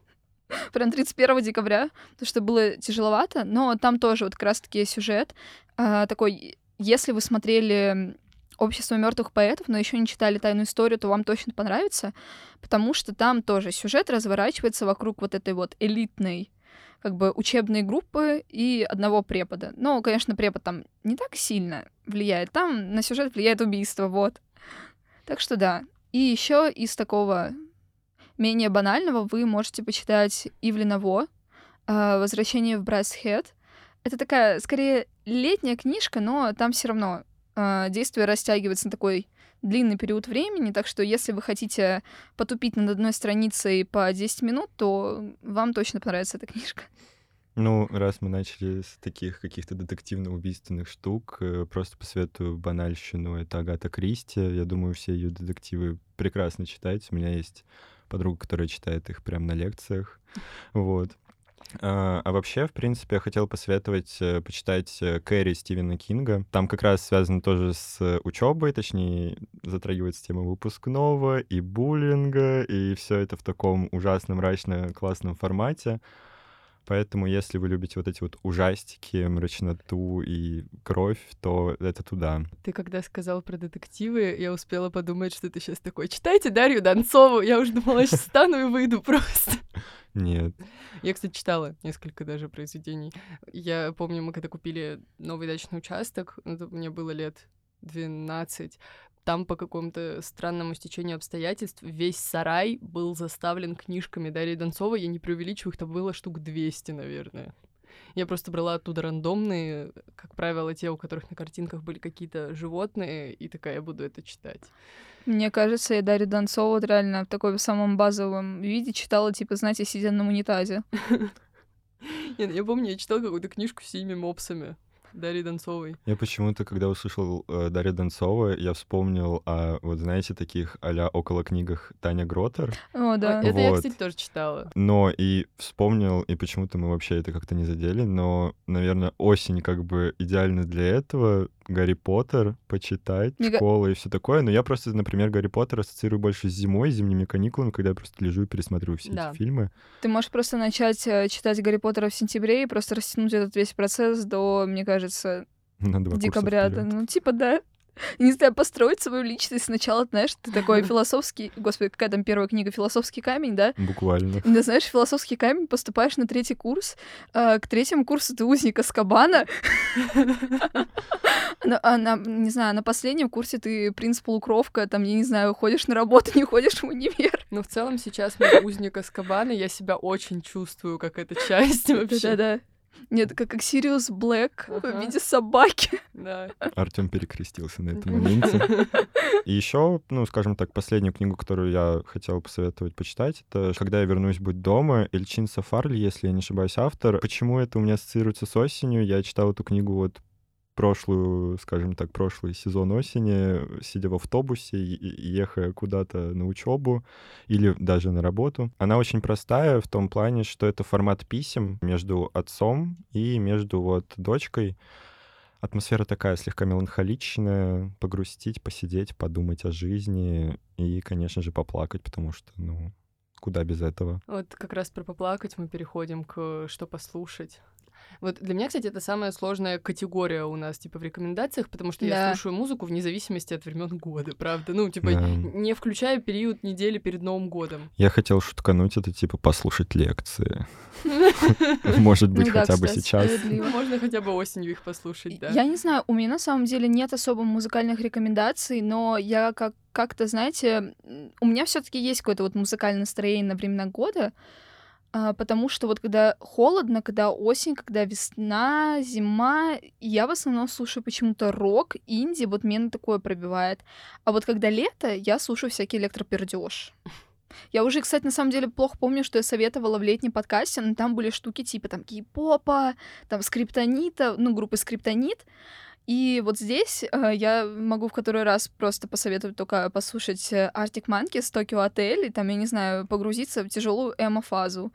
S2: Прям тридцать первого декабря, потому что было тяжеловато. Но там тоже вот как раз-таки сюжет такой, если вы смотрели «Общество мертвых поэтов», но еще не читали «Тайную историю», то вам точно понравится, потому что там тоже сюжет разворачивается вокруг вот этой вот элитной как бы учебной группы и одного препода. Но, конечно, препод там не так сильно влияет. Там на сюжет влияет убийство, вот. Так что да. И еще из такого менее банального вы можете почитать Ивлина Во «Возвращение в Брайдсхед». Это такая, скорее, летняя книжка, но там все равно действие растягивается на такой длинный период времени, так что если вы хотите потупить над одной страницей по десять минут, то вам точно понравится эта книжка.
S3: Ну, раз мы начали с таких каких-то детективно-убийственных штук, просто посоветую банальщину. Это Агата Кристи. Я думаю, все ее детективы прекрасно читать. У меня есть подруга, которая читает их прямо на лекциях. Вот. А, а вообще, в принципе, я хотел посоветовать э, почитать э, «Кэрри» Стивена Кинга. Там как раз связано тоже с учебой, точнее, затрагивается тема выпускного и буллинга, и все это в таком ужасно мрачно-классном формате. Поэтому, если вы любите вот эти вот ужастики, мрачноту и кровь, то это туда.
S1: Ты когда сказал про детективы, я успела подумать, что ты сейчас такой: читайте Дарью Донцову. Я уже думала, сейчас встану и выйду просто.
S3: Нет.
S1: Я, кстати, читала несколько даже произведений. Я помню, мы когда купили новый дачный участок, мне было лет двенадцать, там по какому-то странному стечению обстоятельств весь сарай был заставлен книжками Дарьи Донцовой. Я не преувеличиваю, их там было штук двести, наверное. Я просто брала оттуда рандомные, как правило, те, у которых на картинках были какие-то животные, и такая: я буду это читать.
S2: Мне кажется, я Дарью Донцову вот реально в таком самом базовом виде читала, типа, знаете, сидя на унитазе.
S1: Я помню, я читала какую-то книжку с синими мопсами Дарьи Донцовой.
S3: Я почему-то, когда услышал э, Дарью Донцову, я вспомнил о, вот знаете, таких а-ля около книгах Таня Гротер.
S2: О, да.
S1: Ой, это
S3: вот.
S1: я, кстати, тоже читала.
S3: Но и вспомнил, и почему-то мы вообще это как-то не задели, но, наверное, осень как бы идеально для этого. Гарри Поттер почитать,
S2: Мне
S3: школа и все такое. Но я просто, например, Гарри Поттер ассоциирую больше с зимой, с зимними каникулами, когда я просто лежу и пересматриваю все
S1: Да.
S3: эти фильмы.
S2: Ты можешь просто начать э, читать Гарри Поттера в сентябре и просто растянуть этот весь процесс до, мне кажется,
S3: На два курса
S2: декабря. Да.
S3: вперед.
S2: Ну, типа, да. Не знаю, построить свою личность сначала, знаешь, ты такой философский... Господи, какая там первая книга? «Философский камень», да?
S3: Буквально.
S2: И ты знаешь, «Философский камень», поступаешь на третий курс, а к третьему курсу ты узник Азкабана, а на, не знаю, на последнем курсе ты принц-полукровка, там, я не знаю, ходишь на работу, не ходишь в универ.
S1: Но в целом сейчас мы узник Азкабана, я себя очень чувствую, как эта часть вообще.
S2: Да-да-да. Нет, как, как Сириус Блэк
S1: Ага.
S2: в виде собаки.
S1: Да.
S3: Артём перекрестился на этом моменте. И еще, ну, скажем так, последнюю книгу, которую я хотел посоветовать почитать, это «Когда я вернусь, будь дома», Эльчин Сафарли, если я не ошибаюсь, автор. Почему это у меня ассоциируется с осенью? Я читал эту книгу вот прошлую, скажем так, прошлый сезон осени, сидя в автобусе и и ехая куда-то на учебу или даже на работу. Она очень простая в том плане, что это формат писем между отцом и между вот дочкой. Атмосфера такая слегка меланхоличная, погрустить, посидеть, подумать о жизни и, конечно же, поплакать, потому что, ну, куда без этого.
S1: Вот как раз про поплакать мы переходим к «Что послушать». Вот для меня, кстати, это самая сложная категория у нас, типа, в рекомендациях, потому что я
S2: Да.
S1: слушаю музыку вне зависимости от времен года, правда. Ну, типа,
S3: Да.
S1: не включая период недели перед Новым годом.
S3: Я хотел шуткануть, это типа послушать лекции. Может быть,
S2: Ну да,
S3: хотя бы
S2: кстати,
S3: сейчас.
S2: справедливо.
S1: Ну, можно хотя бы осенью их послушать, да.
S2: Я не знаю, у меня на самом деле нет особо музыкальных рекомендаций, но я как- как-то, знаете, м, у меня все таки есть какое-то вот музыкальное настроение на времена года, а, потому что вот когда холодно, когда осень, когда весна, зима, я в основном слушаю почему-то рок, инди, вот меня на такое пробивает. А вот когда лето, я слушаю всякий электропердёж. Я уже, кстати, на самом деле плохо помню, что я советовала в летнем подкасте, но там были штуки типа там кей-попа, там скриптонита, ну, группы Скриптонит. И вот здесь э, я могу в который раз просто посоветовать только послушать э, Arctic Monkeys, Tokyo Hotel, и там, я не знаю, погрузиться в тяжелую эмо-фазу.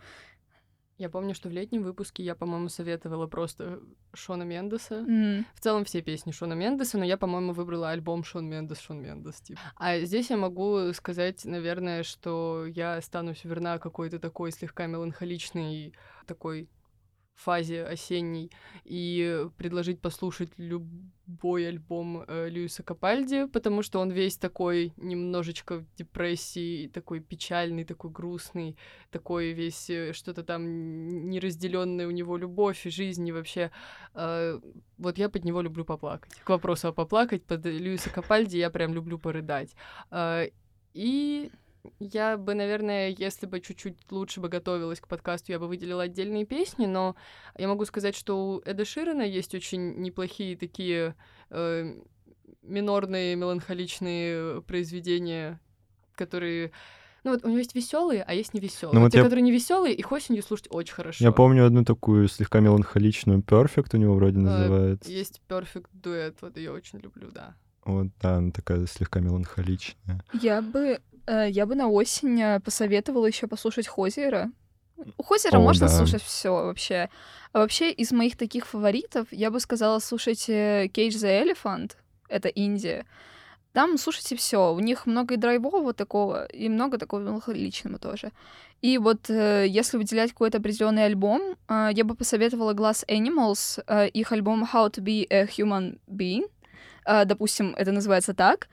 S1: Я помню, что в летнем выпуске я, по-моему, советовала просто Шона Мендеса.
S2: М.
S1: В целом все песни Шона Мендеса, но я, по-моему, выбрала альбом Шон Мендес, Шон Мендес, типа. А здесь я могу сказать, наверное, что я останусь верна какой-то такой слегка меланхоличной такой фазе осенней и предложить послушать любой альбом э, Льюиса Капальди, потому что он весь такой немножечко в депрессии, такой печальный, такой грустный, такой весь э, что-то там неразделенное у него любовь и жизнь и вообще. Э, вот я под него люблю поплакать. К вопросу о поплакать, под Льюиса Капальди я прям люблю порыдать. Э, и я бы, наверное, если бы чуть-чуть лучше бы готовилась к подкасту, я бы выделила отдельные песни, но я могу сказать, что у Эда Ширана есть очень неплохие такие э, минорные, меланхоличные произведения, которые... Ну вот у него есть веселые, а есть невеселые.
S3: Ну,
S1: вот
S3: вот
S1: те,
S3: я-
S1: которые не веселые, их осенью слушать очень хорошо.
S3: Я помню одну такую слегка меланхоличную Perfect у него вроде
S1: Э,
S3: называется.
S1: Есть Perfect Duet, вот ее очень люблю, да.
S3: Вот, да, она такая слегка меланхоличная.
S2: Я бы, э, я бы на осень э, посоветовала еще послушать Хозиера. У Хозиера
S3: О,
S2: можно
S3: да.
S2: слушать все вообще. А вообще из моих таких фаворитов я бы сказала слушать э, Cage the Elephant. Это Индия. Там слушайте все. У них много и драйвового такого, и много такого меланхоличного тоже. И вот э, если выделять какой-то определенный альбом, э, я бы посоветовала Glass Animals, э, их альбом How to be a Human Being. Э, допустим, это называется так.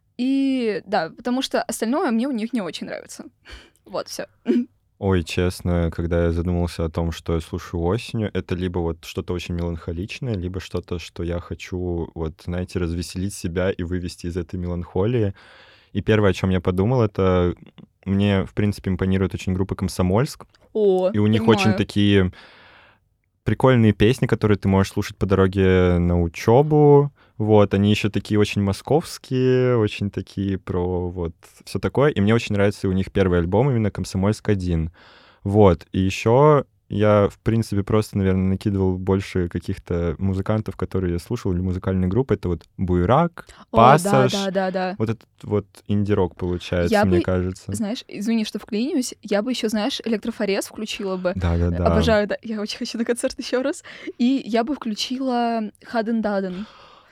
S2: И да, потому что остальное мне у них не очень нравится. Вот, все.
S3: Ой, честно, когда я задумался о том, что я слушаю осенью, это либо вот что-то очень меланхоличное, либо что-то, что я хочу, вот, знаете, развеселить себя и вывести из этой меланхолии. И первое, о чем я подумал, это мне, в принципе, импонирует очень группа «Комсомольск»,
S2: О,
S3: и у них очень
S2: понимаю.
S3: такие прикольные песни, которые ты можешь слушать по дороге на учебу. Вот, они еще такие очень московские, очень такие про вот все такое. И мне очень нравится у них первый альбом, именно «Комсомольск один». Вот, и еще я, в принципе, просто, наверное, накидывал больше каких-то музыкантов, которые я слушал, или музыкальные группы. Это вот Буйрак,
S2: О, да,
S3: Пассаж.
S2: да, да, да.
S3: Вот этот вот инди-рок получается,
S2: Я
S3: мне
S2: бы-
S3: кажется.
S2: Знаешь, извини, что вклинюсь, я бы еще, знаешь, электрофорез включила бы.
S3: Да-да-да.
S2: Обожаю, да. Я очень хочу на концерт еще раз. И я бы включила Хаден Даден.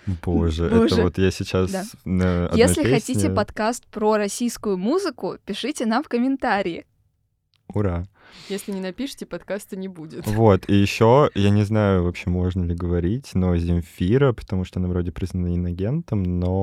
S3: Боже,
S2: Боже.
S3: это вот я сейчас
S2: Да.
S3: на одной
S2: Если
S3: песне-
S2: хотите подкаст про российскую музыку, пишите нам в комментарии.
S3: Ура.
S1: Если не напишите, подкаста не будет.
S3: Вот, и еще, я не знаю, вообще можно ли говорить, но Земфира, потому что она вроде признана инагентом,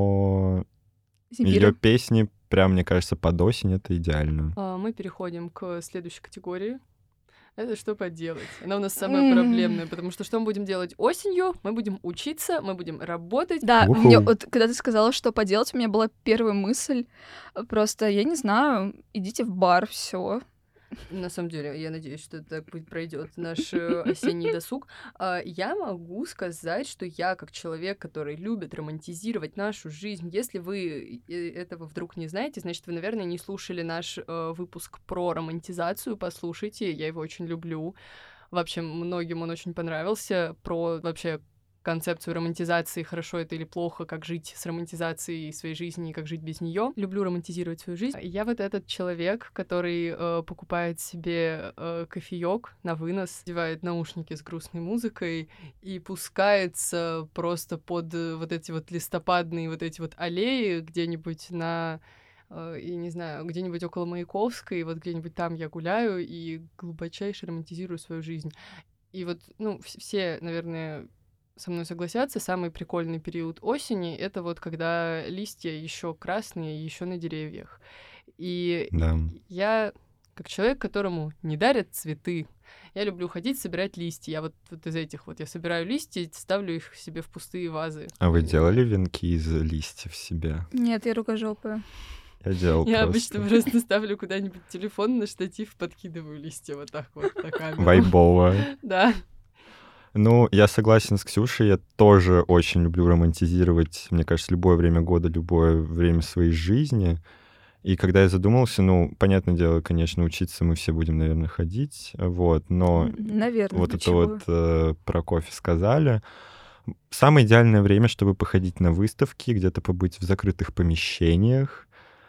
S3: но
S2: Земфира.
S3: ее песни, прям, мне кажется, под осень это идеально.
S1: А, Мы переходим к следующей категории. Это что поделать? Она у нас самая
S2: М.
S1: проблемная, потому что что мы будем делать осенью? Мы будем учиться, мы будем работать.
S2: Да,
S3: Уху.
S2: мне, вот, когда ты сказала, что поделать, у меня была первая мысль. э, Просто, я не знаю, идите в бар, все.
S1: На самом деле, я надеюсь, что так будет- пройдет наш э, осенний досуг. А, Я могу сказать, что я, как человек, который любит романтизировать нашу жизнь, если вы э, этого вдруг не знаете, значит, вы, наверное, не слушали наш э, выпуск про романтизацию. Послушайте, я его очень люблю. Вообще, многим он очень понравился. Про вообще концепцию романтизации, хорошо это или плохо, как жить с романтизацией своей жизни и как жить без нее. Люблю романтизировать свою жизнь. Я вот этот человек, который э, покупает себе э, кофеек на вынос, одевает наушники с грустной музыкой и пускается просто под э, вот эти вот листопадные вот эти вот аллеи где-нибудь на э, я не знаю, где-нибудь около Маяковской, вот где-нибудь там я гуляю и глубочайше романтизирую свою жизнь. И вот, ну, вс- все, наверное, со мной согласятся, самый прикольный период осени — это вот когда листья еще красные, еще на деревьях. И
S3: Да.
S1: я, как человек, которому не дарят цветы, я люблю ходить, собирать листья. Я вот, вот из этих вот, я собираю листья, ставлю их себе в пустые вазы.
S3: А вы
S1: Не
S3: делали
S1: знаю.
S3: венки из листьев себе?
S2: Нет, я рукожопая.
S3: Я делал
S1: Я
S3: просто.
S1: обычно просто ставлю куда-нибудь телефон на штатив, подкидываю листья вот так вот на камеру.
S3: Вайбово.
S1: Да.
S3: Ну, я согласен с Ксюшей, я тоже очень люблю романтизировать, мне кажется, любое время года, любое время своей жизни. И когда я задумался, ну, понятное дело, конечно, учиться мы все будем, наверное, ходить, вот, но
S2: Наверное,
S3: вот
S2: ну
S3: это
S2: чего
S3: вот э, про кофе сказали. Самое идеальное время, чтобы походить на выставки, где-то побыть в закрытых помещениях,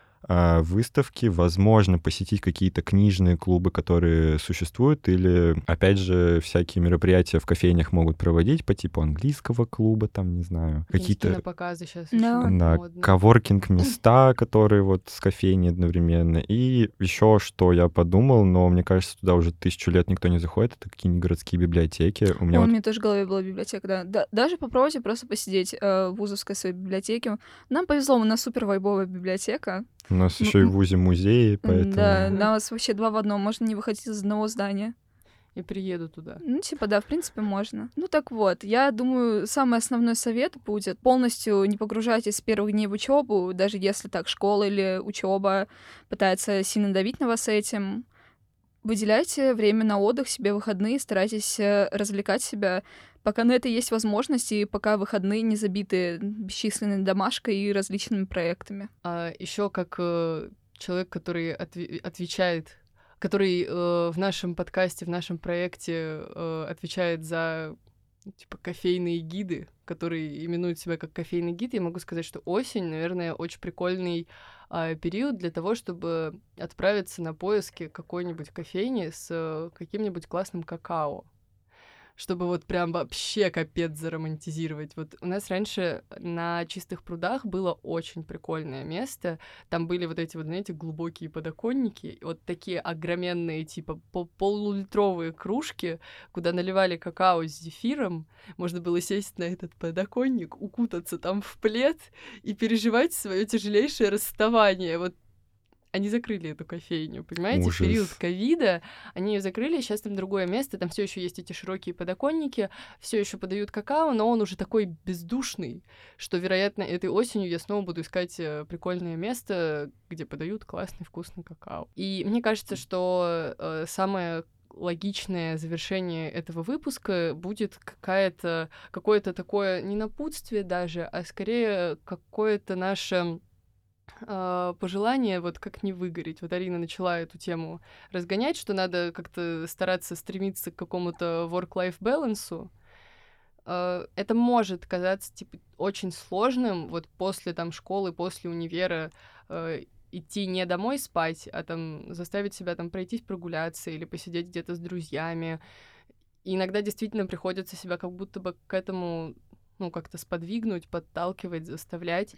S3: а, выставки, возможно, посетить какие-то книжные клубы, которые существуют, или, опять же, всякие мероприятия в кофейнях могут проводить по типу английского клуба, там, не знаю, какие-то...
S1: Кинопоказы сейчас
S2: Да.
S1: очень
S3: Да,
S1: модные.
S3: коворкинг-места, которые вот с кофейней одновременно. И еще что я подумал, но мне кажется, туда уже тысячу лет никто не заходит, это какие-нибудь городские библиотеки. У меня
S2: Ой, у
S3: вот
S2: меня тоже в голове была библиотека, да. Да- даже попробуйте просто посидеть э, в вузовской своей библиотеке. Нам повезло, у нас супер вайбовая библиотека.
S3: у нас
S2: М-
S3: еще и в
S2: м-
S3: ВУЗе музеи,
S2: М,
S3: поэтому...
S2: Да, у нас вообще два в одном. Можно не выходить из одного здания.
S1: И приеду туда.
S2: Ну, типа, да, в принципе, можно. Ну, так вот, я думаю, самый основной совет будет: полностью не погружайтесь с первых дней в учебу, даже если так школа или учеба пытается сильно давить на вас этим. Выделяйте время на отдых, себе выходные, старайтесь э, развлекать себя, пока на это есть возможность, и пока выходные не забиты бесчисленной домашкой и различными проектами.
S1: А еще как э, человек, который отве- отвечает, который э, в нашем подкасте, в нашем проекте э, отвечает за ну, типа кофейные гиды, которые именуют себя как кофейный гид, я могу сказать, что осень, наверное, очень прикольный а, период для того, чтобы отправиться на поиски какой-нибудь кофейни с э, каким-нибудь классным какао. Чтобы вот прям вообще капец заромантизировать. Вот у нас раньше на Чистых прудах было очень прикольное место. Там были вот эти вот, знаете, глубокие подоконники, и вот такие огроменные, типа пол- полулитровые кружки, куда наливали какао с зефиром. Можно было сесть на этот подоконник, укутаться там в плед и переживать свое тяжелейшее расставание. Вот они закрыли эту кофейню, понимаете? В период
S3: Ужас.
S1: ковида они ее закрыли, сейчас там другое место, там все еще есть эти широкие подоконники, все еще подают какао, но он уже такой бездушный, что, вероятно, этой осенью я снова буду искать э, прикольное место, где подают классный вкусный какао. И мне кажется, что э, самое логичное завершение этого выпуска будет какая-то, какое-то такое не напутствие даже, а скорее какое-то наше а, пожелание, вот как не выгореть. Вот Арина начала эту тему разгонять, что надо как-то стараться стремиться к какому-то work-life balance. А, это может казаться типа очень сложным, вот после там школы, после универа э, идти не домой спать, а там заставить себя там пройтись прогуляться или посидеть где-то с друзьями. И иногда действительно приходится себя как будто бы к этому, ну, как-то сподвигнуть, подталкивать, заставлять.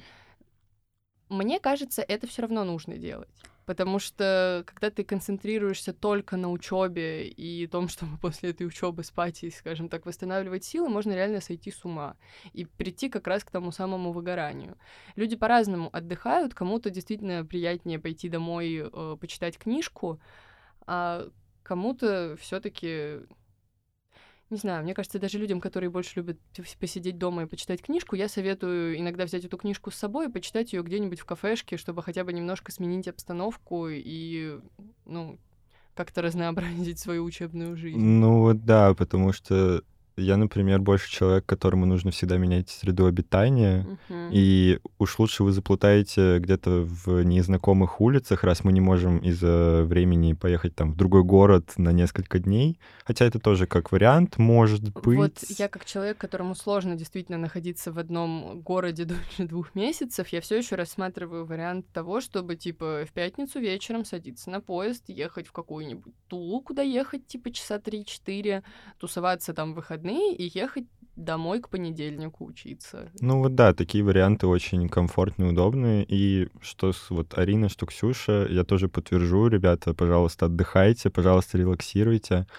S1: Мне кажется, это все равно нужно делать. Потому что когда ты концентрируешься только на учебе и том, чтобы после этой учебы спать и, скажем так, восстанавливать силы, можно реально сойти с ума и прийти как раз к тому самому выгоранию. Люди по-разному отдыхают, кому-то действительно приятнее пойти домой, э, почитать книжку, а кому-то все-таки не знаю, мне кажется, даже людям, которые больше любят посидеть дома и почитать книжку, я советую иногда взять эту книжку с собой и почитать ее где-нибудь в кафешке, чтобы хотя бы немножко сменить обстановку и, ну, как-то разнообразить свою учебную жизнь.
S3: Ну вот да, потому что я, например, больше человек, которому нужно всегда менять среду обитания,
S1: Мгм.
S3: и уж лучше вы заплутаете где-то в незнакомых улицах, раз мы не можем из-за времени поехать там в другой город на несколько дней, хотя это тоже как вариант может быть.
S1: Вот я как человек, которому сложно действительно находиться в одном городе дольше двух месяцев, я все еще рассматриваю вариант того, чтобы типа в пятницу вечером садиться на поезд, ехать в какую-нибудь Тулу, куда ехать типа часа три-четыре, тусоваться там в выходные и ехать домой к понедельнику учиться.
S3: Ну вот да, такие варианты очень комфортные, удобные. И что с вот Арина, что Ксюша, я тоже подтвержу, ребята, пожалуйста, отдыхайте, пожалуйста, релаксируйте.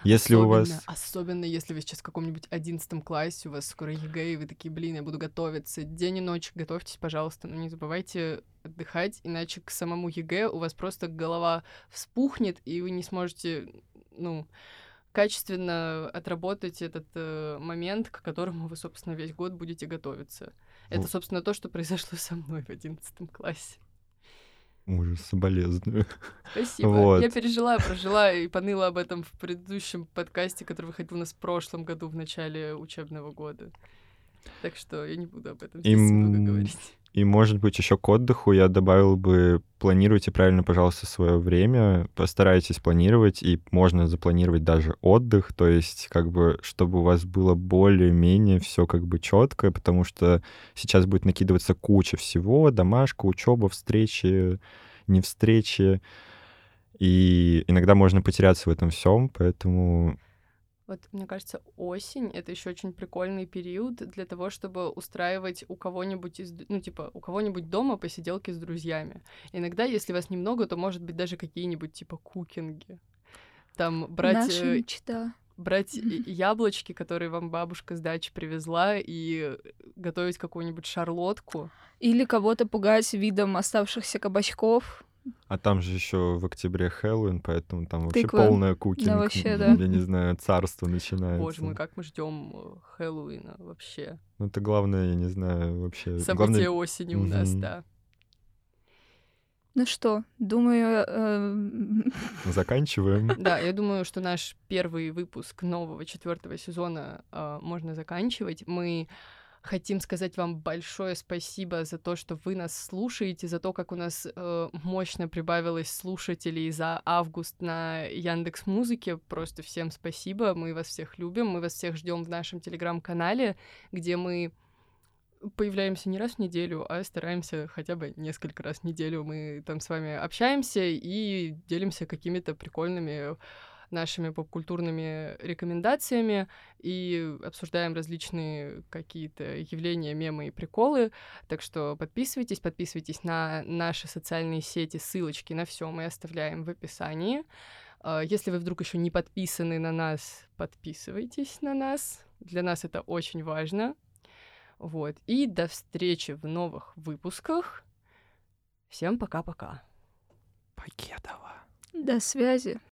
S3: Если у
S1: Особенно,
S3: вас...
S1: особенно если вы сейчас в каком-нибудь одиннадцатом классе, у вас скоро ЕГЭ, и вы такие, блин, я буду готовиться. День и ночь готовьтесь, пожалуйста, но не забывайте отдыхать, иначе к самому ЕГЭ у вас просто голова вспухнет, и вы не сможете, ну, качественно отработать этот э, момент, к которому вы, собственно, весь год будете готовиться. Это,
S3: Ну.
S1: собственно, то, что произошло со мной в одиннадцатом классе.
S3: Ужас, соболезную.
S1: Спасибо.
S3: Вот.
S1: Я пережила, прожила и поныла об этом в предыдущем подкасте, который выходил у нас в прошлом году, в начале учебного года. Так что я не буду об этом здесь
S3: И,
S1: много
S3: м,
S1: говорить.
S3: и, может быть, еще к отдыху я добавил бы, планируйте правильно, пожалуйста, свое время, постарайтесь планировать, и можно запланировать даже отдых, то есть как бы, чтобы у вас было более-менее все как бы четко, потому что сейчас будет накидываться куча всего, домашка, учеба, встречи, не встречи, и иногда можно потеряться в этом всем, поэтому
S1: Вот, мне кажется, осень — это еще очень прикольный период для того, чтобы устраивать у кого-нибудь из, д- ну, типа, у кого-нибудь дома посиделки с друзьями. Иногда, если вас немного, то, может быть, даже какие-нибудь, типа, кукинги. Там брать,
S2: Наша
S1: э,
S2: мечта.
S1: брать и- яблочки, которые вам бабушка с дачи привезла, и готовить какую-нибудь шарлотку.
S2: Или кого-то пугать видом оставшихся кабачков.
S3: А там же еще в октябре Хэллоуин, поэтому там вообще
S2: Тыква.
S3: полное кукинг,
S2: Да, вообще,
S3: м,
S2: да.
S3: я не знаю, царство начинается.
S1: Боже мой, как мы ждем Хэллоуина вообще.
S3: Ну, это главное, я не знаю, вообще...
S1: Событие
S3: Главное...
S1: осени у нас,
S3: Мгм.
S1: да.
S2: Ну что, думаю, э,
S3: Заканчиваем.
S1: Да, я думаю, что наш первый выпуск нового четвертого сезона а, можно заканчивать. Мы хотим сказать вам большое спасибо за то, что вы нас слушаете, за то, как у нас э, мощно прибавилось слушателей за август на Яндекс.Музыке. Просто всем спасибо, мы вас всех любим, мы вас всех ждем в нашем телеграм-канале, где мы появляемся не раз в неделю, а стараемся хотя бы несколько раз в неделю. Мы там с вами общаемся и делимся какими-то прикольными нашими попкультурными рекомендациями и обсуждаем различные какие-то явления, мемы и приколы. Так что подписывайтесь, подписывайтесь на наши социальные сети, ссылочки на все мы оставляем в описании. А, Если вы вдруг еще не подписаны на нас, подписывайтесь на нас. Для нас это очень важно. Вот. И до встречи в новых выпусках. Всем пока-пока.
S3: Покедова.
S2: до связи.